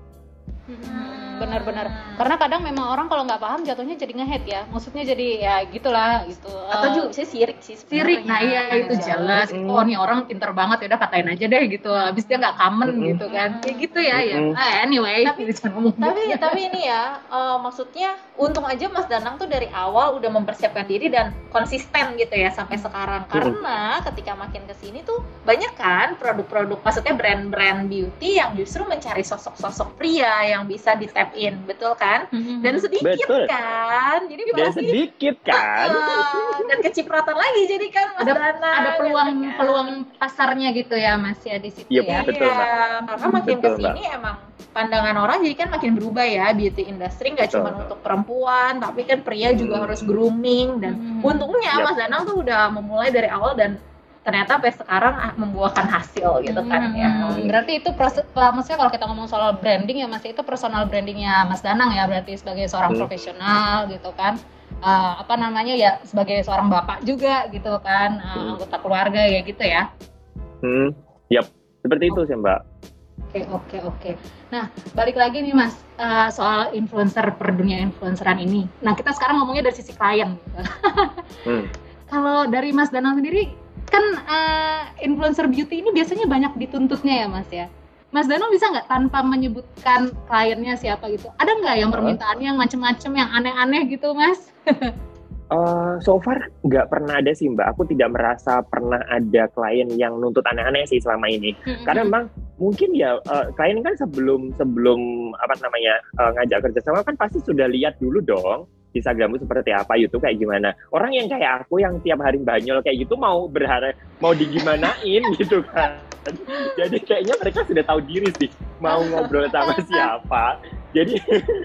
Benar-benar. Karena kadang memang orang kalau nggak paham jatuhnya jadi nge-hate ya. Maksudnya jadi ya gitulah gitu. Atau juga bisa sirik sih. Sirik. Nah iya itu jelas. Mm. Oh nih orang pinter banget ya udah katain aja deh gitu. Habis dia nggak kamen mm-hmm. gitu kan. Kayak gitu ya ya. Mm-hmm. Ah, anyway. Tapi tapi, tapi ini ya uh, maksudnya untung aja Mas Danang tuh dari awal udah mempersiapkan diri dan konsisten gitu ya sampai sekarang. Karena ketika makin kesini tuh banyak kan produk-produk maksudnya brand-brand beauty yang justru mencari sosok-sosok pria yang bisa di tap in, betul kan? Mm-hmm. Dan sedikit betul. Kan? Jadi dan sedikit kan? Uh, dan kecipratan lagi jadi kan Mas ada, Danang. Ada peluang kan? Peluang pasarnya gitu ya Mas ya di situ yep, ya. Betul, iya, karena makin betul, kesini Mbak. Emang pandangan orang jadi kan makin berubah ya, beauty industry nggak cuma untuk perempuan, tapi kan pria hmm. juga harus grooming dan hmm. untungnya yep. Mas Danang tuh udah memulai dari awal dan ternyata sampai sekarang membuahkan hasil gitu kan hmm, ya. Berarti itu proses, maksudnya kalau kita ngomong soal branding ya Mas, itu personal brandingnya Mas Danang ya, berarti sebagai seorang hmm. profesional gitu kan. Uh, apa namanya ya, sebagai seorang bapak juga gitu kan, uh, hmm. anggota keluarga ya gitu ya. Hmm, yap, seperti itu sih Mbak. Oke, oke, oke. Nah, balik lagi nih Mas, uh, soal influencer, per dunia influenceran ini. Nah, kita sekarang ngomongnya dari sisi klien gitu. hmm. Kalau dari Mas Danang sendiri, kan uh, influencer beauty ini biasanya banyak dituntutnya ya Mas ya. Mas Danang bisa nggak tanpa menyebutkan kliennya siapa gitu? Ada nggak yang permintaannya yang macem-macem, yang aneh-aneh gitu Mas? uh, so far nggak pernah ada sih Mbak. Aku tidak merasa pernah ada klien yang nuntut aneh-aneh sih selama ini. Mm-hmm. Karena memang mungkin ya uh, klien kan sebelum sebelum apa namanya uh, ngajak kerjasama kan pasti sudah lihat dulu dong Instagrammu seperti apa, YouTube kayak gimana. Orang yang kayak aku yang tiap hari banyol kayak gitu mau berharap mau digimanain gitu kan. Jadi kayaknya mereka sudah tahu diri sih mau ngobrol sama siapa. Jadi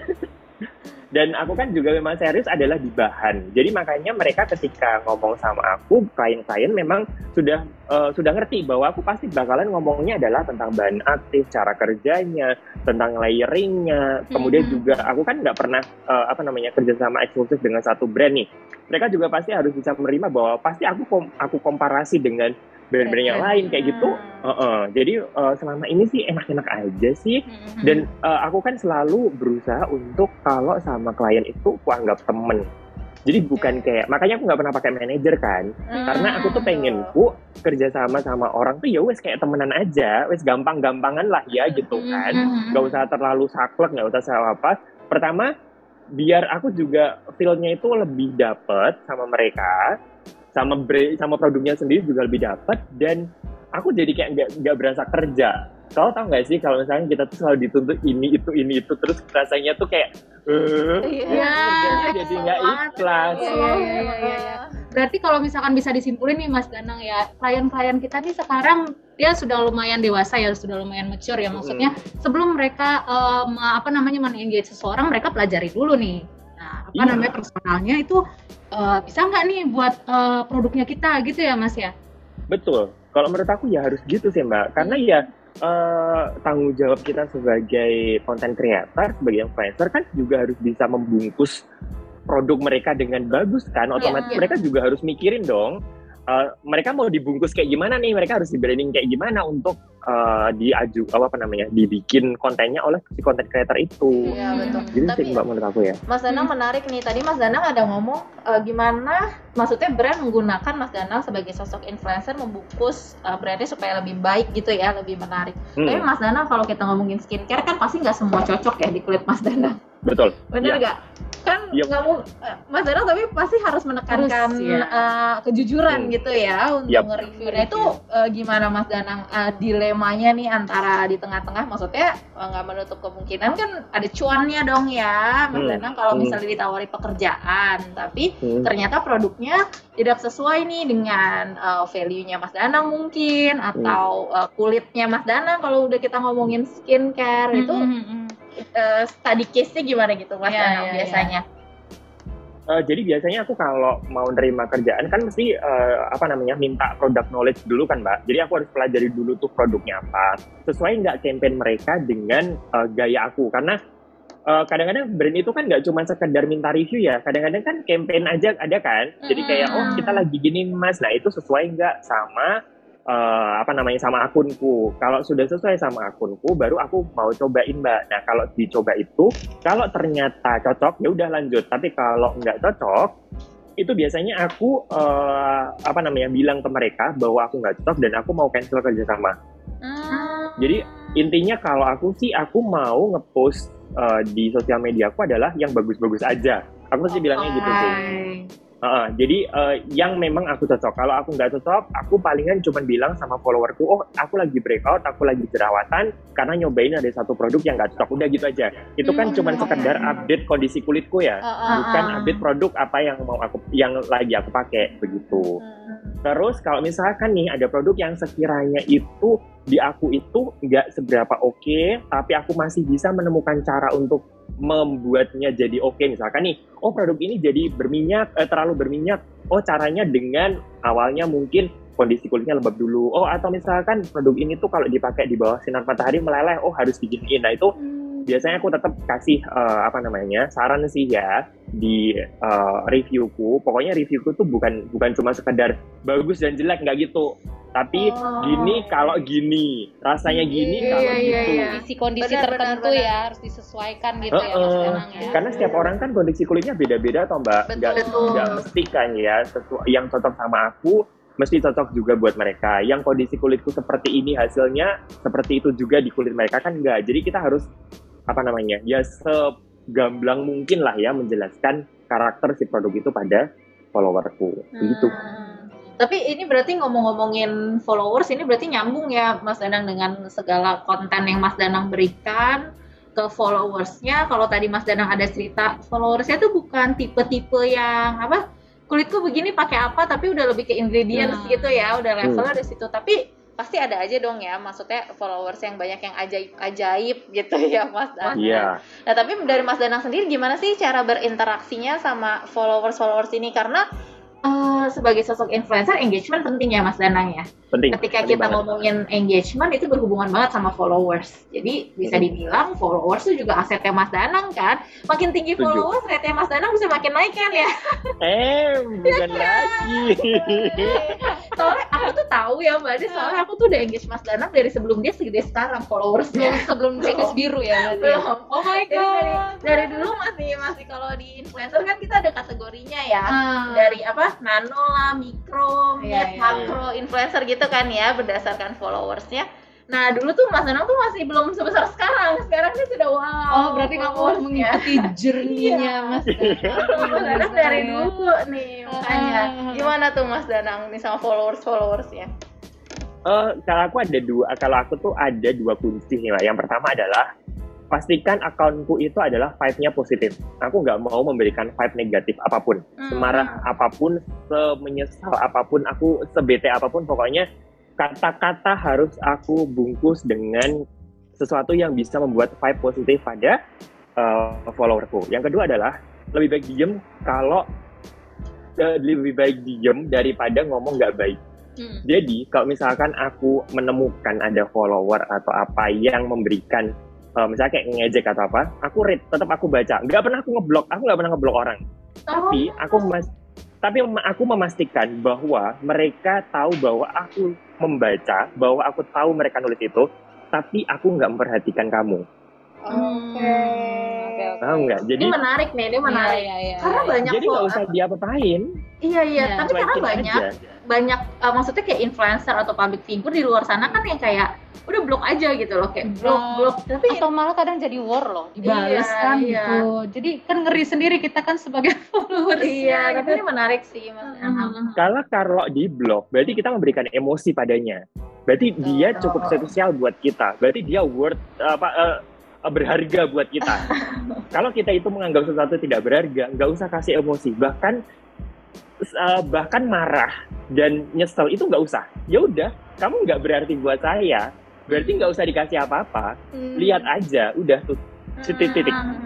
dan aku kan juga memang serius adalah di bahan. Jadi makanya mereka ketika ngomong sama aku, klien-klien memang sudah uh, sudah ngerti bahwa aku pasti bakalan ngomongnya adalah tentang bahan aktif, cara kerjanya, tentang layeringnya. Kemudian mm-hmm. juga aku kan nggak pernah uh, apa namanya kerja sama eksklusif dengan satu brand nih. Mereka juga pasti harus bisa menerima bahwa pasti aku kom- aku komparasi dengan brand-brand yang lain kayak gitu. Uh-uh. Jadi uh, selama ini sih enak-enak aja sih. Dan uh, aku kan selalu berusaha untuk kalau sama klien itu aku anggap temen. Jadi bukan kayak, makanya aku nggak pernah pakai manajer kan. Hmm. Karena aku tuh pengen ku kerja sama sama orang tuh ya wes kayak temenan aja, wes gampang-gampangan lah ya gitu kan. Nggak usah terlalu saklek, nggak usah sama apa. Pertama, biar aku juga feel-nya itu lebih dapet sama mereka. sama brand, sama produknya sendiri juga lebih dapat, dan aku jadi kayak nggak nggak berasa kerja. Kau tahu nggak sih kalau misalnya kita tuh selalu dituntut ini itu ini itu terus rasanya tuh kayak eh iya, jadi nggak ikhlas. Iya, iya, iya, iya. Berarti kalau misalkan bisa disimpulin nih Mas Danang ya, klien-klien kita nih sekarang dia sudah lumayan dewasa ya, sudah lumayan mature ya, maksudnya hmm. sebelum mereka um, apa namanya men-engage seseorang, mereka pelajari dulu nih, nah apa yeah. namanya personalnya itu uh, bisa nggak nih buat uh, produknya kita gitu ya Mas ya? Betul, kalau menurut aku ya harus gitu sih Mbak, karena hmm. ya Uh, tanggung jawab kita sebagai content creator, sebagai influencer kan juga harus bisa membungkus produk mereka dengan bagus kan, otomatis yeah, yeah. mereka juga harus mikirin dong uh, mereka mau dibungkus kayak gimana nih, mereka harus di branding kayak gimana untuk uh, diaju apa namanya dibikin kontennya oleh si content creator itu. Iya betul. Jadi Tapi sih Mbak menurut aku ya. Mas Danang hmm. menarik nih, tadi Mas Danang ada ngomong uh, gimana maksudnya brand menggunakan Mas Danang sebagai sosok influencer membungkus uh, brandnya supaya lebih baik gitu ya, lebih menarik. Hmm. Tapi Mas Danang kalau kita ngomongin skincare kan pasti nggak semua cocok ya di kulit Mas Danang. Betul. Benar nggak? Ya. Kan nggak yep. mau Mas Danang tapi pasti harus menekankan harus, ya. uh, kejujuran hmm. gitu ya untuk yep. nge-reviewnya itu uh, gimana Mas Danang uh, dilemanya nih antara di tengah-tengah, maksudnya nggak uh, menutup kemungkinan kan ada cuannya dong ya Mas hmm. Danang kalau hmm. misalnya ditawari pekerjaan tapi hmm. ternyata produknya tidak sesuai nih dengan uh, value-nya Mas Danang mungkin atau hmm. uh, kulitnya Mas Danang kalau udah kita ngomongin skincare hmm. itu hmm. Uh, study case-nya gimana gitu Mas ya, Danang ya, biasanya? Ya. Uh, jadi biasanya aku kalau mau nerima kerjaan kan mesti uh, apa namanya minta product knowledge dulu kan Mbak. Jadi aku harus pelajari dulu tuh produknya apa. Sesuai nggak campaign mereka dengan uh, gaya aku. Karena uh, kadang-kadang brand itu kan nggak cuma sekedar minta review ya. Kadang-kadang kan campaign aja ada kan. Jadi kayak oh kita lagi gini Mas. Nah itu sesuai nggak sama Uh, apa namanya sama akunku. Kalau sudah sesuai sama akunku baru aku mau cobain Mbak. Nah kalau dicoba itu kalau ternyata cocok ya udah lanjut, tapi kalau nggak cocok itu biasanya aku uh, apa namanya bilang ke mereka bahwa aku nggak cocok dan aku mau cancel kerjasama. hmm. Jadi intinya kalau aku sih aku mau ngepost uh, di sosial media aku adalah yang bagus-bagus aja, aku sih bilangnya gitu sih. Uh, jadi uh, yang memang aku cocok. Kalau aku nggak cocok, aku palingan cuma bilang sama followerku, oh aku lagi breakout, aku lagi jerawatan karena nyobain ada satu produk yang nggak cocok. Udah gitu aja. Itu kan hmm, cuma sekedar update kondisi kulitku ya, uh, uh, bukan uh. update produk apa yang mau aku, yang lagi aku pakai begitu. Uh. Terus kalau misalkan nih ada produk yang sekiranya itu di aku itu nggak seberapa oke, okay, tapi aku masih bisa menemukan cara untuk membuatnya jadi oke okay. Misalkan nih, oh produk ini jadi berminyak, eh, terlalu berminyak. Oh caranya dengan awalnya mungkin kondisi kulitnya lembab dulu. Oh atau misalkan produk ini tuh kalau dipakai di bawah sinar matahari meleleh. Oh harus diginiin. Nah itu hmm. biasanya aku tetap kasih uh, apa namanya saran sih ya di uh, reviewku. Pokoknya reviewku tuh bukan bukan cuma sekedar bagus dan jelek, nggak gitu. Tapi oh. gini kalau gini, rasanya gini iya, kalau iya, gitu. Kondisi-kondisi benar, tertentu benar, ya harus disesuaikan gitu uh, ya Mas Danang ya. Karena setiap orang kan kondisi kulitnya beda-beda toh Mbak. Nggak nggak mesti kan ya sesu- yang cocok sama aku mesti cocok juga buat mereka. Yang kondisi kulitku seperti ini hasilnya seperti itu juga di kulit mereka kan enggak. Jadi kita harus apa namanya ya segamblang mungkin lah ya menjelaskan karakter si produk itu pada followerku. Begitu. Hmm. Tapi ini berarti ngomong-ngomongin followers, ini berarti nyambung ya Mas Danang dengan segala konten yang Mas Danang berikan ke followersnya. Kalau tadi Mas Danang ada cerita, followersnya tuh bukan tipe-tipe yang apa kulitku begini pakai apa, tapi udah lebih ke ingredients hmm. gitu ya, udah levelnya di situ. Tapi pasti ada aja dong ya, maksudnya followers yang banyak yang ajaib-ajaib gitu ya Mas Danang. Iya. Nah tapi dari Mas Danang sendiri gimana sih cara berinteraksinya sama followers-followers ini? Karena Uh, sebagai sosok influencer, engagement penting ya Mas Danang ya. Penting. Ketika penting kita banget. Ngomongin engagement itu berhubungan banget sama followers. Jadi bisa hmm. dibilang followers itu juga asetnya Mas Danang kan. Makin tinggi Tujuh. Followers, rate Mas Danang bisa makin naik kan ya. Eh, bukan ya, lagi. Soalnya aku tuh tahu ya Mbak Ade, soalnya aku tuh udah engage Mas Danang dari sebelum dia segede sekarang followersnya. Sebelum Cekas biru ya berarti. Belum. Oh my god. Dari, dari dulu masih masih kalau di influencer kan kita ada kategorinya ya. Hmm. Dari apa? Nano lah, mikro, yeah, makro, yeah. influencer gitu kan ya berdasarkan followersnya. Nah dulu tuh Mas Danang tuh masih belum sebesar sekarang. Sekarang dia sudah wow. Oh berarti kamu mengikuti journey-nya Mas Danang. Mas Danang dari dulu nih makanya. Gimana tuh Mas Danang nih sama followers-followersnya? Uh, kalau aku ada dua, kalau aku tuh ada dua kunci nih Mbak. Yang pertama adalah pastikan akunku itu adalah vibe-nya positif. Aku nggak mau memberikan vibe negatif apapun. Hmm. Semarah apapun, semenyesal apapun, aku sebete apapun, pokoknya kata-kata harus aku bungkus dengan sesuatu yang bisa membuat vibe positif pada uh, followerku. Yang kedua adalah lebih baik diem kalau uh, lebih baik diem daripada ngomong nggak baik. Hmm. Jadi kalau misalkan aku menemukan ada follower atau apa yang memberikan uh, misalnya kayak ngejek atau apa, aku read, tetap aku baca. Nggak pernah aku ngeblok, aku nggak pernah ngeblok orang. Oh. Tapi aku mas Tapi aku memastikan bahwa mereka tahu bahwa aku membaca, bahwa aku tahu mereka nulis itu, tapi aku nggak memperhatikan kamu. Oke. Okay. Tahu nggak? Jadi ini menarik nih, ini menarik. Iya, iya, iya, karena iya. banyak. Jadi nggak usah diapa-apain. Iya iya, ya, tapi karena banyak, aja. banyak, uh, maksudnya kayak influencer atau public figure di luar sana kan yang kayak udah blok aja gitu loh, kayak blok blok. Tapi atau malah kadang jadi war loh, dibales iya, kan iya. gitu. Jadi kan ngeri sendiri kita kan sebagai follower. Iya, gitu. tapi ini menarik sih, Mas. Uh-huh. Kalau kalau di blok, berarti kita memberikan emosi padanya. Berarti oh, dia cukup spesial buat kita. Berarti dia worth apa uh, berharga buat kita. Kalau kita itu menganggap sesuatu tidak berharga, nggak usah kasih emosi. Bahkan uh, bahkan marah dan nyesel itu nggak usah. Ya udah, kamu nggak berarti buat saya. Berarti nggak usah dikasih apa-apa. Hmm. Lihat aja, udah tuh titik-titik.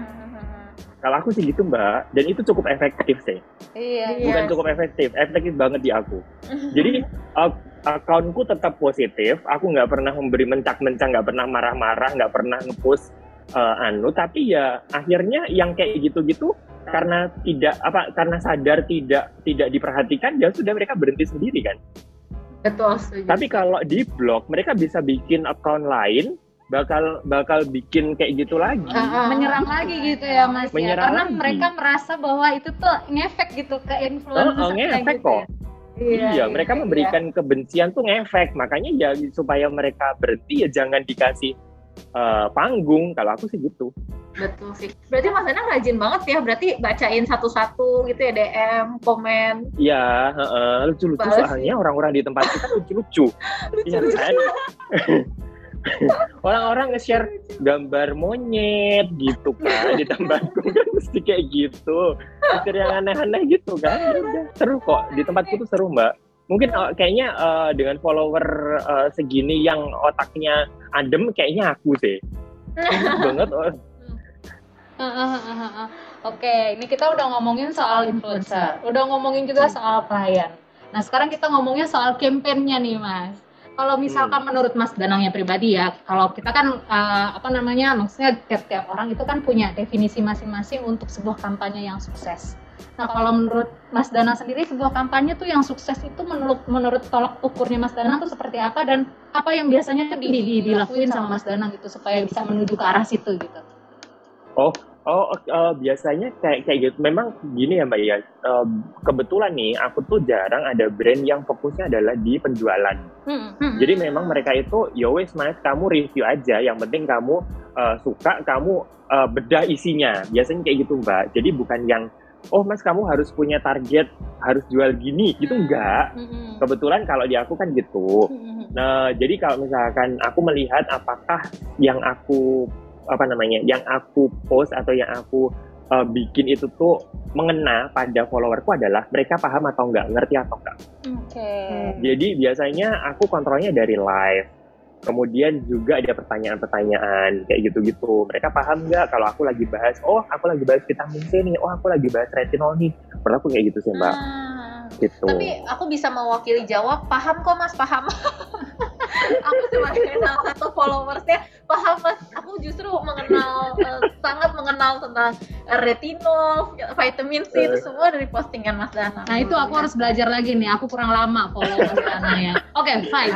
Kalau aku sih gitu Mbak, dan itu cukup efektif sih. Iya. Bukan yes. cukup efektif, efektif banget di aku. Jadi uh, akunku tetap positif, aku nggak pernah memberi mencak-mencak, nggak pernah marah-marah, nggak pernah nge-post uh, anu. Tapi ya akhirnya yang kayak gitu-gitu karena tidak apa, karena sadar tidak tidak diperhatikan, ya sudah mereka berhenti sendiri kan. Betul. Tapi kalau di blog mereka bisa bikin account lain. bakal bakal bikin kayak gitu lagi, uh, menyerang lagi gitu ya Mas ya, karena lagi. Mereka merasa bahwa itu tuh ngefek gitu ke influencer oh, oh, ngefek gitu kok ya? iya, iya mereka iya, memberikan iya. kebencian tuh ngefek, makanya ya supaya mereka berhenti ya jangan dikasih uh, panggung. Kalau aku sih gitu. Betul sih, berarti Mas Danang rajin banget ya, berarti bacain satu-satu gitu ya, D M, komen. Iya, uh, lucu-lucu soalnya orang-orang di tempat kita lucu-lucu. Iya kan? Orang-orang nge-share gambar monyet gitu kan di tempatku kan mesti kayak gitu, mikir yang aneh-aneh gitu kan. Ya udah, seru kok di tempatku tuh seru Mbak. Mungkin uh, kayaknya uh, dengan follower uh, segini yang otaknya adem kayaknya aku sih. banget. Oh. Oke, ini kita udah ngomongin soal influencer, udah ngomongin juga soal klien. Nah sekarang kita ngomongnya soal kampanyenya nih Mas. Kalau misalkan hmm. menurut Mas Danangnya pribadi ya, kalau kita kan uh, apa namanya, maksudnya tiap-tiap orang itu kan punya definisi masing-masing untuk sebuah kampanye yang sukses. Nah kalau menurut Mas Danang sendiri, sebuah kampanye tuh yang sukses itu menurut menurut tolak ukurnya Mas Danang tuh seperti apa, dan apa yang biasanya tuh di, di, dilakuin sama Mas Danang gitu supaya bisa menuju ke arah situ gitu? Oh. Oh, uh, biasanya kayak kayak gitu. Memang gini ya Mbak ya. Uh, kebetulan nih, aku tuh jarang ada brand yang fokusnya adalah di penjualan. Hmm. Jadi memang mereka itu, ya wes Mas, kamu review aja. Yang penting kamu uh, suka, kamu uh, bedah isinya. Biasanya kayak gitu Mbak. Jadi bukan yang, oh Mas kamu harus punya target, harus jual gini, gitu enggak. Hmm. Kebetulan kalau di aku kan gitu. Hmm. Nah, jadi kalau misalkan aku melihat apakah yang aku apa namanya, yang aku post atau yang aku uh, bikin itu tuh mengena pada followerku adalah mereka paham atau enggak, ngerti atau enggak. Oke. Okay. Jadi biasanya aku kontrolnya dari live. Kemudian juga ada pertanyaan-pertanyaan kayak gitu-gitu. Mereka paham nggak kalau aku lagi bahas, oh aku lagi bahas vitamin C nih, oh aku lagi bahas retinol nih. Pernah aku kayak gitu sih Mbak. Hmm. Gitu. Tapi aku bisa mewakili jawab, paham kok Mas, paham. Aku sebagai salah satu followersnya paham Mas. Aku justru mengenal uh, sangat mengenal tentang uh, retinol, vitamin C, uh. itu semua dari postingan Mas Danang. Nah itu aku harus belajar lagi nih. Aku kurang lama follow Mas Danang ya. Oke, okay, fine.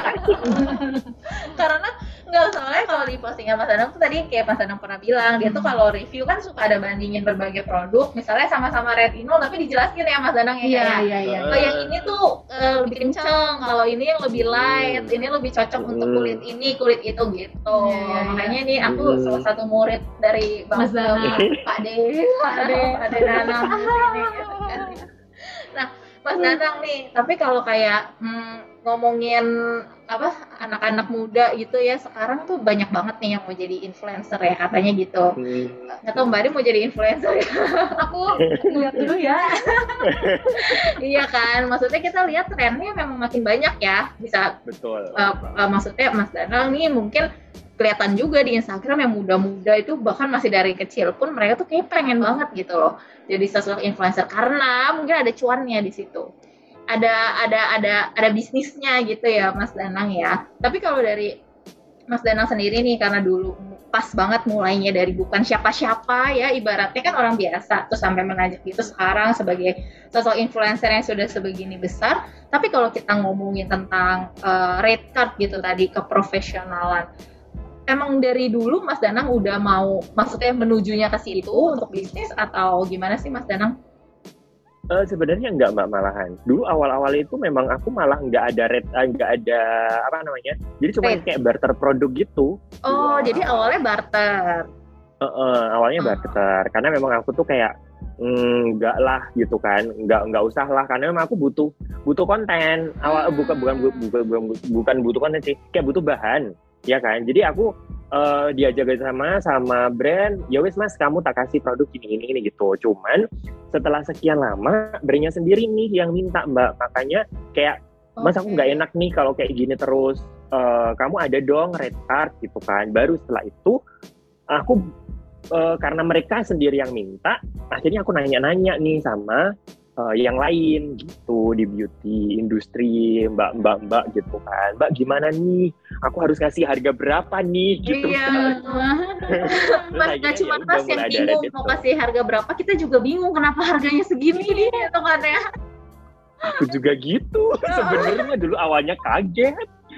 Karena nggak, soalnya kalau di postingan Mas Danang tuh tadi kayak Mas Danang pernah bilang, dia tuh kalau review kan suka ada bandingin berbagai produk, misalnya sama-sama retinol tapi dijelasin ya Mas Danang ya, iya, iya, iya. Oh yang ini tuh uh, lebih kenceng, kalau ini yang lebih light, ini lebih cocok hmm. untuk kulit ini, kulit itu gitu. Yeah, yeah, makanya nih aku hmm. salah satu murid dari Bang Mas Danang, Pak De, Pak De, Pak De Danang. Nah Mas Danang nih, tapi kalau kayak hmm, ngomongin apa anak-anak muda gitu ya, sekarang tuh banyak banget nih yang mau jadi influencer ya katanya gitu. Nggak tahu Mbak Ari mau jadi influencer ya? Aku lihat dulu ya. Iya kan, maksudnya kita lihat trennya memang makin banyak ya. Bisa betul. Uh, uh, maksudnya Mas Danang nih mungkin kelihatan juga di Instagram yang muda-muda itu bahkan masih dari kecil pun mereka tuh kayak pengen banget gitu loh jadi sosok influencer karena mungkin ada cuannya di situ. Ada ada ada ada bisnisnya gitu ya Mas Danang ya. Tapi kalau dari Mas Danang sendiri nih karena dulu pas banget mulainya dari bukan siapa-siapa ya ibaratnya kan orang biasa terus sampai menajak gitu sekarang sebagai sosok influencer yang sudah sebegini besar. Tapi kalau kita ngomongin tentang uh, red card gitu tadi keprofesionalan, emang dari dulu Mas Danang udah mau maksudnya menujunya ke situ untuk bisnis atau gimana sih Mas Danang? Uh, sebenarnya enggak mbak malahan. Dulu awal-awal itu memang aku malah nggak ada red, nggak ada apa namanya. Jadi cuma kayak barter produk gitu. Oh, dulu. Jadi awalnya barter. Uh, uh, awalnya uh. barter. Karena memang aku tuh kayak enggak mm, lah gitu kan, enggak enggak usah lah karena memang aku butuh butuh konten. Awal hmm. bukan bukan bukan bukan bukan butuh konten sih, kayak butuh bahan, ya kan. Jadi aku uh, diajak sama sama brand, ya wes Mas kamu tak kasih produk ini ini ini gitu. Cuman setelah sekian lama brandnya sendiri nih yang minta Mbak, makanya kayak Mas aku nggak enak nih kalau kayak gini terus. Uh, kamu ada dong red card gitu kan. Baru setelah itu aku uh, karena mereka sendiri yang minta, akhirnya aku nanya-nanya nih sama uh, yang lain gitu di beauty industri, mbak-mbak-mbak gitu kan. Mbak gimana nih? Aku harus kasih harga berapa nih? Gitu iya. kan. Mas nggak cuma ya, Mas yang bingung mau kasih harga berapa, kita juga bingung kenapa harganya segini nih, gitu kan ya. Aku juga gitu. Sebenarnya dulu awalnya kaget.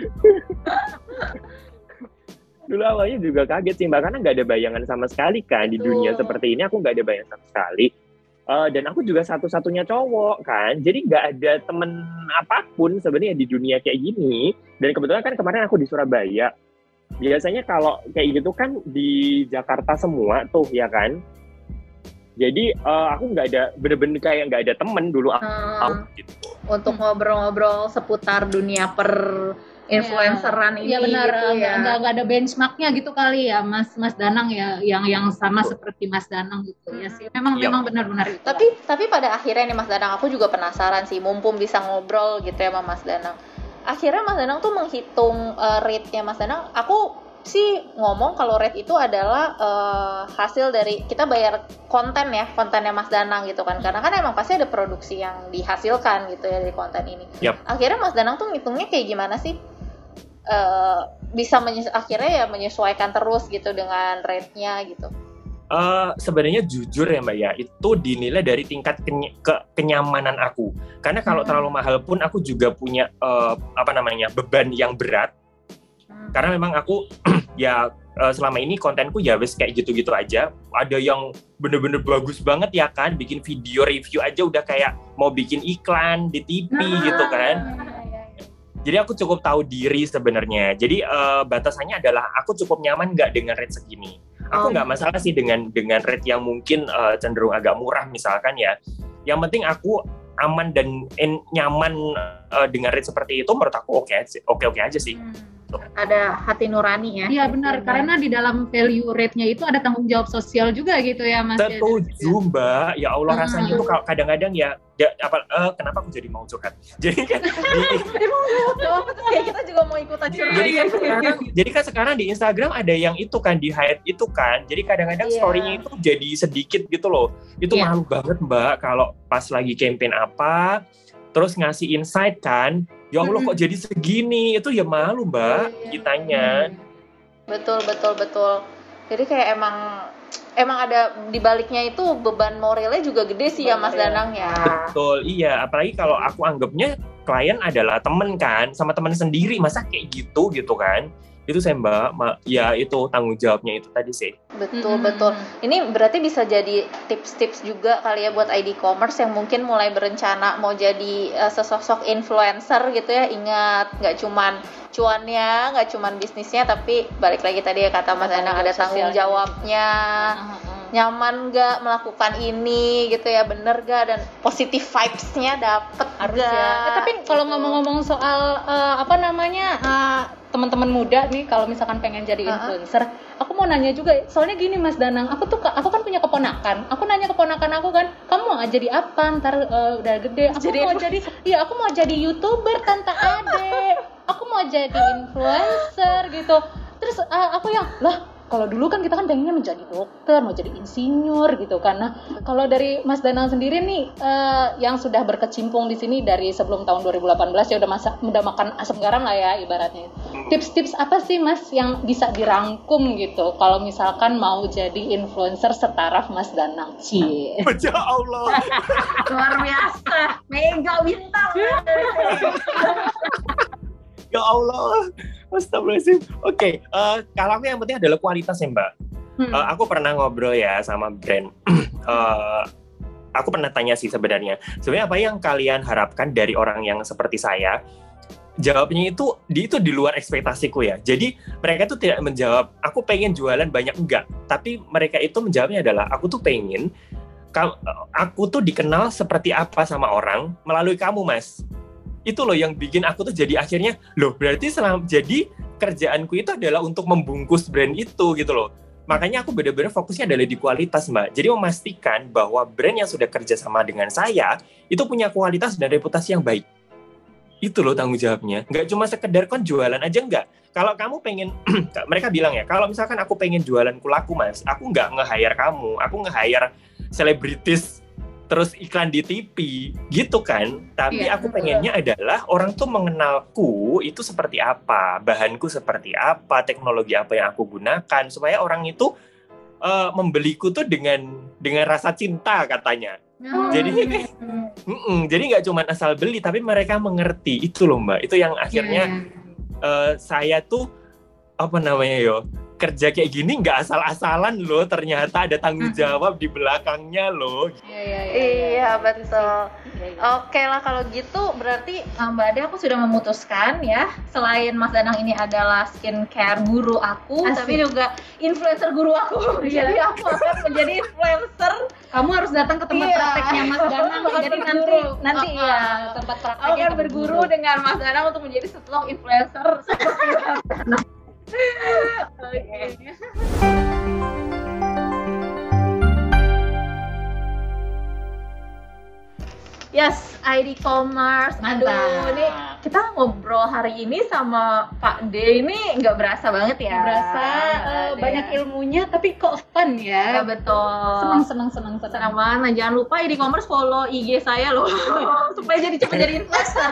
Dulu awalnya juga kaget sih Mbak, karena nggak ada bayangan sama sekali kan di dunia oh. seperti ini. Aku nggak ada bayangan sama sekali. Uh, dan aku juga satu-satunya cowok kan, jadi nggak ada temen apapun sebenarnya di dunia kayak gini. Dan kebetulan kan kemarin aku di Surabaya. Biasanya kalau kayak gitu kan di Jakarta semua tuh ya kan. Jadi uh, aku nggak ada bener-bener kayak nggak ada temen dulu hmm. aku gitu. Untuk ngobrol-ngobrol seputar dunia per influenceran ya, ini ya benar, gitu ya. Nggak, nggak ada benchmarknya gitu kali ya Mas Mas Danang ya yang yang sama oh. seperti Mas Danang gitu ya sih. Memang ya. memang benar-benar itu. Tapi tapi pada akhirnya nih Mas Danang aku juga penasaran sih, mumpung bisa ngobrol gitu ya sama Mas Danang. Akhirnya Mas Danang tuh menghitung uh, rate-nya Mas Danang. Aku sih ngomong kalau rate itu adalah uh, hasil dari kita bayar konten ya, kontennya Mas Danang gitu kan. Karena kan emang pasti ada produksi yang dihasilkan gitu ya dari konten ini. Yep. Akhirnya Mas Danang tuh ngitungnya kayak gimana sih? Uh, bisa menyesu- akhirnya ya menyesuaikan terus gitu dengan rate-nya gitu. Uh, sebenarnya jujur ya Mbak ya, itu dinilai dari tingkat keny- ke- kenyamanan aku. Karena kalau hmm. terlalu mahal pun aku juga punya uh, apa namanya beban yang berat. Hmm. Karena memang aku ya uh, selama ini kontenku ya wes kayak gitu-gitu aja. Ada yang bener-bener bagus banget ya kan, bikin video review aja udah kayak mau bikin iklan di T V hmm. gitu kan. Jadi aku cukup tahu diri sebenarnya. Jadi uh, batasannya adalah aku cukup nyaman nggak dengan rate segini. Aku nggak oh. masalah sih dengan dengan rate yang mungkin uh, cenderung agak murah misalkan ya. Yang penting aku aman dan en, nyaman uh, dengan rate seperti itu, menurut aku oke oke oke aja sih. Hmm. Ada hati nurani ya. Iya benar, karena di dalam value rate-nya itu ada tanggung jawab sosial juga gitu ya Mas. Setuju Mbak. Ya Allah hmm. rasanya itu kadang-kadang ya, ya apa uh, kenapa aku jadi mau curhat. Jadi kan kayak kita juga mau ikutan curhat. Jadi kan sekarang, jadi kan sekarang di Instagram ada yang itu kan di hide itu kan. Jadi kadang-kadang yeah. story-nya itu jadi sedikit gitu loh. Itu yeah. malu banget Mbak kalau pas lagi campaign apa terus ngasih insight kan, ya Allah kok jadi segini, itu ya malu Mbak, kitanya. Betul, betul, betul. Jadi kayak emang emang ada di baliknya itu beban moralnya juga gede sih ya Mas Danang ya. Betul, iya. Apalagi kalau aku anggapnya klien adalah temen kan, sama temen sendiri, masa kayak gitu gitu kan. Itu saya Mbak, ma- ya itu tanggung jawabnya itu tadi sih. Betul, hmm. betul. Ini berarti bisa jadi tips-tips juga kali ya buat I D Commerce yang mungkin mulai berencana mau jadi uh, sesosok influencer gitu ya. Ingat, nggak cuman cuannya, nggak cuman bisnisnya, tapi balik lagi tadi ya kata Mas Danang ada tanggung jawabnya. Uh-huh. nyaman nggak melakukan ini gitu ya, bener nggak, dan positive vibes-nya dapet harus nggak. ya. Eh, tapi kalau gitu. ngomong-ngomong soal uh, apa namanya uh, teman-teman muda nih, kalau misalkan pengen jadi influencer, uh-huh. aku mau nanya juga, soalnya gini Mas Danang, aku tuh aku kan punya keponakan, aku nanya keponakan aku kan, kamu mau jadi apa ntar uh, udah gede? Aku jadi mau jadi, iya aku mau jadi YouTuber Tante Ade, aku mau jadi influencer gitu. Terus uh, aku yang lah, kalau dulu kan kita kan pengennya menjadi dokter, mau jadi insinyur gitu kan. Nah, kalau dari Mas Danang sendiri nih uh, yang sudah berkecimpung di sini dari sebelum tahun dua ribu delapan belas ya udah masak, udah makan asam garam lah ya ibaratnya. Tips-tips apa sih Mas yang bisa dirangkum gitu kalau misalkan mau jadi influencer setaraf Mas Danang? Cie. Ya Allah. Luar biasa, mega bintang. Ya Allah. Astagfirullahaladzim. Oke, okay, uh, kalau aku yang penting adalah kualitas ya Mbak. Hmm. Uh, aku pernah ngobrol ya sama brand. uh, aku pernah tanya sih sebenarnya. Sebenarnya apa yang kalian harapkan dari orang yang seperti saya? Jawabnya itu di itu di luar ekspektasiku ya. Jadi mereka itu tidak menjawab, aku pengen jualan banyak, enggak. Tapi mereka itu menjawabnya adalah, aku tuh pengen, aku tuh dikenal seperti apa sama orang melalui kamu Mas. Itu loh yang bikin aku tuh jadi akhirnya, loh berarti selama jadi kerjaanku itu adalah untuk membungkus brand itu gitu loh. Makanya aku benar-benar fokusnya adalah di kualitas Mbak. Jadi memastikan bahwa brand yang sudah kerja sama dengan saya itu punya kualitas dan reputasi yang baik. Itu loh tanggung jawabnya. Nggak cuma sekedar kan jualan aja enggak. Kalau kamu pengen, mereka bilang ya, kalau misalkan aku pengen jualan kulaku Mas, aku nggak nge-hire kamu, aku nge-hire selebritis terus iklan di T V gitu kan, tapi yeah, aku pengennya betul. Adalah orang tuh mengenalku itu seperti apa, bahanku seperti apa, teknologi apa yang aku gunakan, supaya orang itu uh, membeliku tuh dengan dengan rasa cinta katanya. Oh. Jadi jadi nggak cuma asal beli, tapi mereka mengerti itu loh Mbak, itu yang akhirnya yeah. uh, saya tuh apa namanya yo kerja kayak gini nggak asal-asalan loh, ternyata ada tanggung jawab di belakangnya loh. Iya, iya, iya, iya betul. Oke lah kalau gitu berarti Mbak Ade aku sudah memutuskan ya, selain Mas Danang ini adalah skincare guru aku, Asik. Tapi juga influencer guru aku. Jadi aku akan menjadi influencer. Kamu harus datang ke tempat iya. prakteknya Mas Danang. Jadi nanti nanti oh, ya tempat prakteknya. Aku akan berguru guru. Dengan Mas Danang untuk menjadi setlog influencer seperti Mas. Oke. Yes, I D Commerce. Mantap. Aduh, ini kita ngobrol hari ini sama Pak D ini nggak berasa banget ya. Berasa uh, banyak ya. Ilmunya, tapi kok fun ya. Ya betul. Senang, senang, senang, senang. Senang banget. Nah, jangan lupa I D Commerce follow I G saya loh, supaya jadi cepat jadi influencer.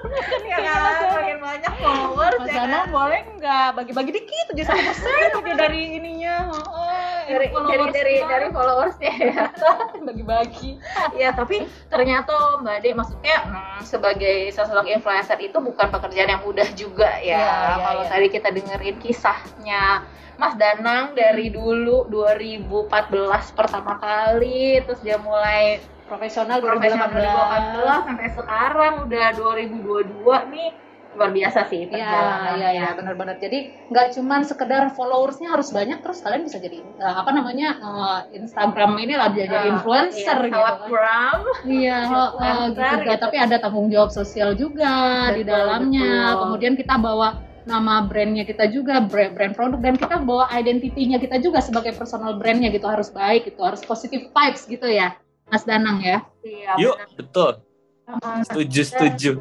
Ya kan, makin banyak followers. Mas Danang ya, boleh nggak bagi-bagi dikit tujuh puluh persen dari ininya. Oh, dari dari dari, dari followersnya ya. Bagi-bagi. Ya, tapi ternyata Mbak Ade maksudnya hmm, sebagai sosok influencer itu bukan pekerjaan yang mudah juga ya. Ya, ya kalau ya. Tadi kita dengerin kisahnya Mas Danang dari dulu dua ribu empat belas pertama kali, terus dia mulai profesional dua ribu delapan belas sampai sekarang udah dua ribu dua puluh dua nih. Luar biasa sih perjalanannya. Iya, iya, benar-benar. Jadi nggak cuma sekedar followersnya harus banyak, terus kalian bisa jadi uh, apa namanya uh, Instagram ini lah jadi uh, influencer iya, gitu kan. Iya, uh, uh, gitu, gitu. Tapi ada tanggung jawab sosial juga betul, di dalamnya. Betul. Kemudian kita bawa nama brandnya kita juga, brand, brand produk, dan kita bawa identitinya kita juga sebagai personal brandnya gitu, harus baik, gitu, harus positive vibes gitu ya, Mas Danang ya. Iya. Yuk, betul. Setuju, setuju.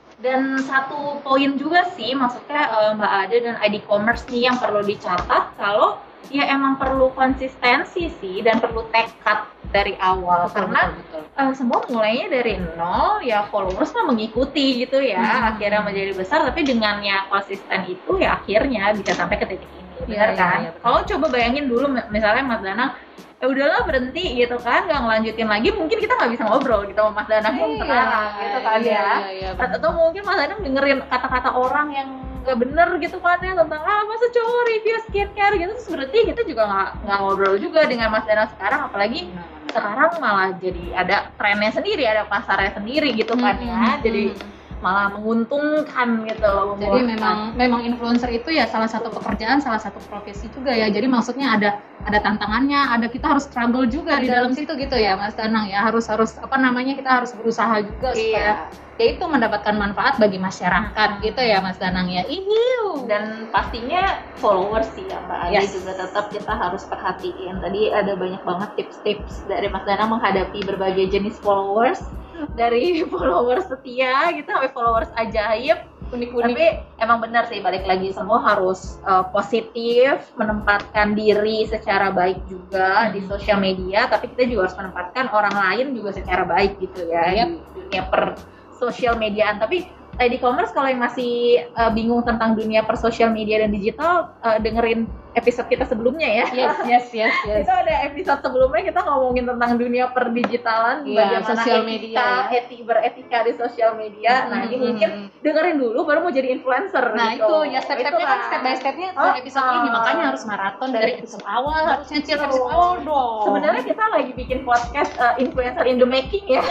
Dan satu poin juga sih, maksudnya uh, Mbak Ade dan I D Commerce nih yang perlu dicatat, kalau ya emang perlu konsistensi sih dan perlu tekad dari awal. Betul, karena betul, betul. Uh, semua mulainya dari nol, ya followers mah mengikuti gitu ya, hmm. akhirnya menjadi besar, tapi dengan yang konsisten itu ya akhirnya bisa sampai ke titik ini, benar ya, kan? Ya, ya, kalau coba bayangin dulu misalnya Mas Danang, ya udahlah berhenti gitu kan, nggak ngelanjutin lagi, mungkin kita nggak bisa ngobrol gitu sama Mas Danang yang iya, sekarang gitu kan iya, ya iya, iya, atau mungkin Mas Danang dengerin kata-kata orang yang nggak bener gitu kan ya, tentang ah masa cowok review skincare gitu, terus berarti kita juga nggak nggak ngobrol juga dengan Mas Danang sekarang, apalagi nah, sekarang malah jadi ada trennya sendiri, ada pasarnya sendiri gitu kan hmm, ya, hmm, jadi malah menguntungkan gitu loh. Jadi memang memang influencer itu ya salah satu pekerjaan, salah satu profesi juga ya. Jadi maksudnya ada ada tantangannya, ada kita harus struggle juga di dalam situ gitu ya Mas Danang ya. Harus harus apa namanya kita harus berusaha juga supaya ya itu mendapatkan manfaat bagi masyarakat gitu ya Mas Danang ya. Ihiu. Dan pastinya followers sih ya Mbak Ade Yes. juga tetap kita harus perhatiin. Tadi ada banyak banget tips-tips dari Mas Danang menghadapi berbagai jenis followers, dari followers setia gitu sampai followers ajaib, unik-unik. Tapi emang benar sih, balik lagi semua harus uh, positif, menempatkan diri secara baik juga hmm. di sosial media, tapi kita juga harus menempatkan orang lain juga secara baik gitu ya Yep. di dunia per sosial mediaan. Tapi I D Commerce kalau yang masih uh, bingung tentang dunia per sosial media dan digital, uh, dengerin episode kita sebelumnya ya. Yes, yes, yes, yes. Itu ada episode sebelumnya kita ngomongin tentang dunia perdigitalan, Iya, bagaimana sosial etika, media, ya. eti, beretika di sosial media. Hmm, Nah, ini hmm, mungkin hmm. dengerin dulu baru mau jadi influencer Nah gitu. itu ya step-stepnya Itu kan step by stepnya Oh, episode oh. ini, makanya harus maraton dari episode awal, harusnya cil episode awal dong. Sebenarnya kita lagi bikin podcast uh, influencer in the making ya.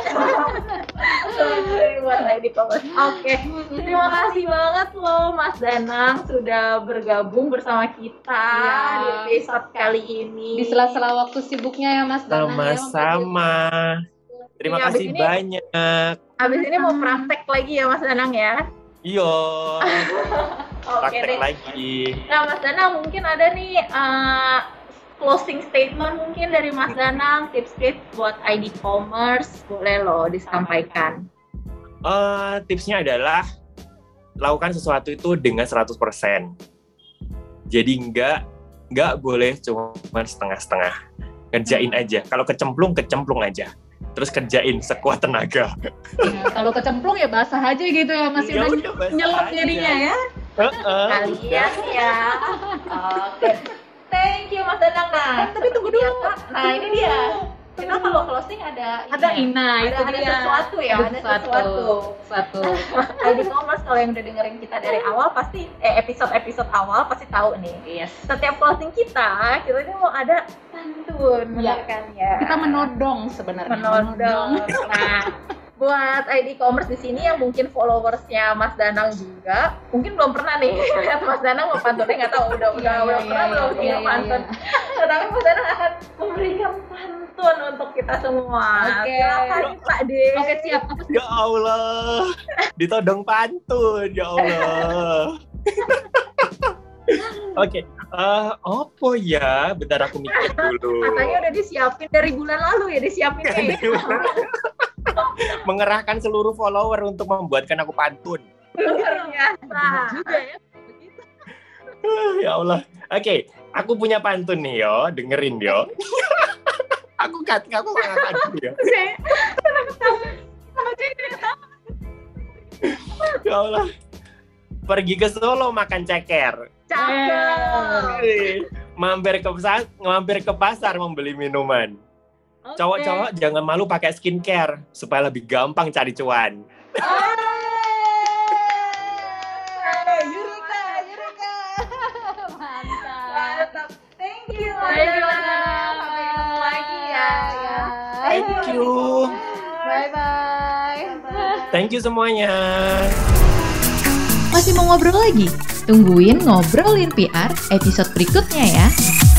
Buat I D Commerce. Oke, terima kasih banget loh Mas Danang sudah bergabung bersama kita Ya. di episode kali ini. Di sela-sela waktu sibuknya ya Mas Danang. Sama-sama. Terima Iya, abis kasih ini- banyak. Habis ini mau praktek lagi ya Mas Danang ya. Iyo, Oke praktek deh. lagi. Nah Mas Danang mungkin ada nih uh, closing statement mungkin dari Mas Danang, tips-tips buat I D Commerce, boleh loh disampaikan. Eh, tipsnya adalah lakukan sesuatu itu dengan seratus persen. Jadi enggak enggak boleh cuma setengah-setengah. Kerjain aja. Kalau kecemplung, kecemplung aja. Terus kerjain sekuat tenaga. Ya, kalau kecemplung ya basah aja gitu ya Mas, Ya udah udah, basah nyelap aja. jadinya ya. Heeh. Kalian ya. Oke. Thank you Mas Danang. Nah, Tapi tunggu dulu. Nah ini dia. Kita kalau closing ada Ada ini Ina, ya. itu ada, ada dia. sesuatu ya, ada, sesuatu. Sesuatu. I D Commerce kalau yang udah dengerin kita dari awal pasti eh, episode-episode awal pasti tahu nih. Yes. Setiap closing kita, kita ini mau ada pantun, Ya. benar kan ya? Kita menodong sebenarnya. menodong. Nah, buat I D Commerce di sini yang mungkin followersnya Mas Danang juga, mungkin belum pernah nih lihat Mas Danang mau pantunnya, nggak tahu udah udah Iya, udah iya, pernah iya, belum iya, punya iya, pantun. Tetapi Mas Danang akan memberikan pantun untuk kita semua. Oke. Silakan Pak De. Oke, siap. Apa sih? Ya Allah. Ditodong pantun, ya Allah. Oke, eh apa ya? Bentar aku mikir dulu. Katanya udah disiapin dari bulan lalu ya, disiapinnya ya. Mengerahkan seluruh follower untuk membuatkan aku pantun. Luar biasa. Juga ya. Uh, ya Allah. Oke, aku punya pantun nih yo, dengerin yo. aku kat, aku ngangkat dulu ya. Ya Allah. Pergi ke Solo makan ceker. Cakep. Eh, Mampir ke pasar, mampir ke pasar membeli minuman. Cowok-cowok jangan malu pakai skincare supaya lebih gampang cari cuan. Yurika, Yurika. Mantap. Mantap. Thank you. Thank you, Mas. Mas. Sampai ketemu lagi ya. Thank you. Bye-bye. Thank you semuanya. Masih mau ngobrol lagi? Tungguin Ngobrolin P R episode berikutnya ya.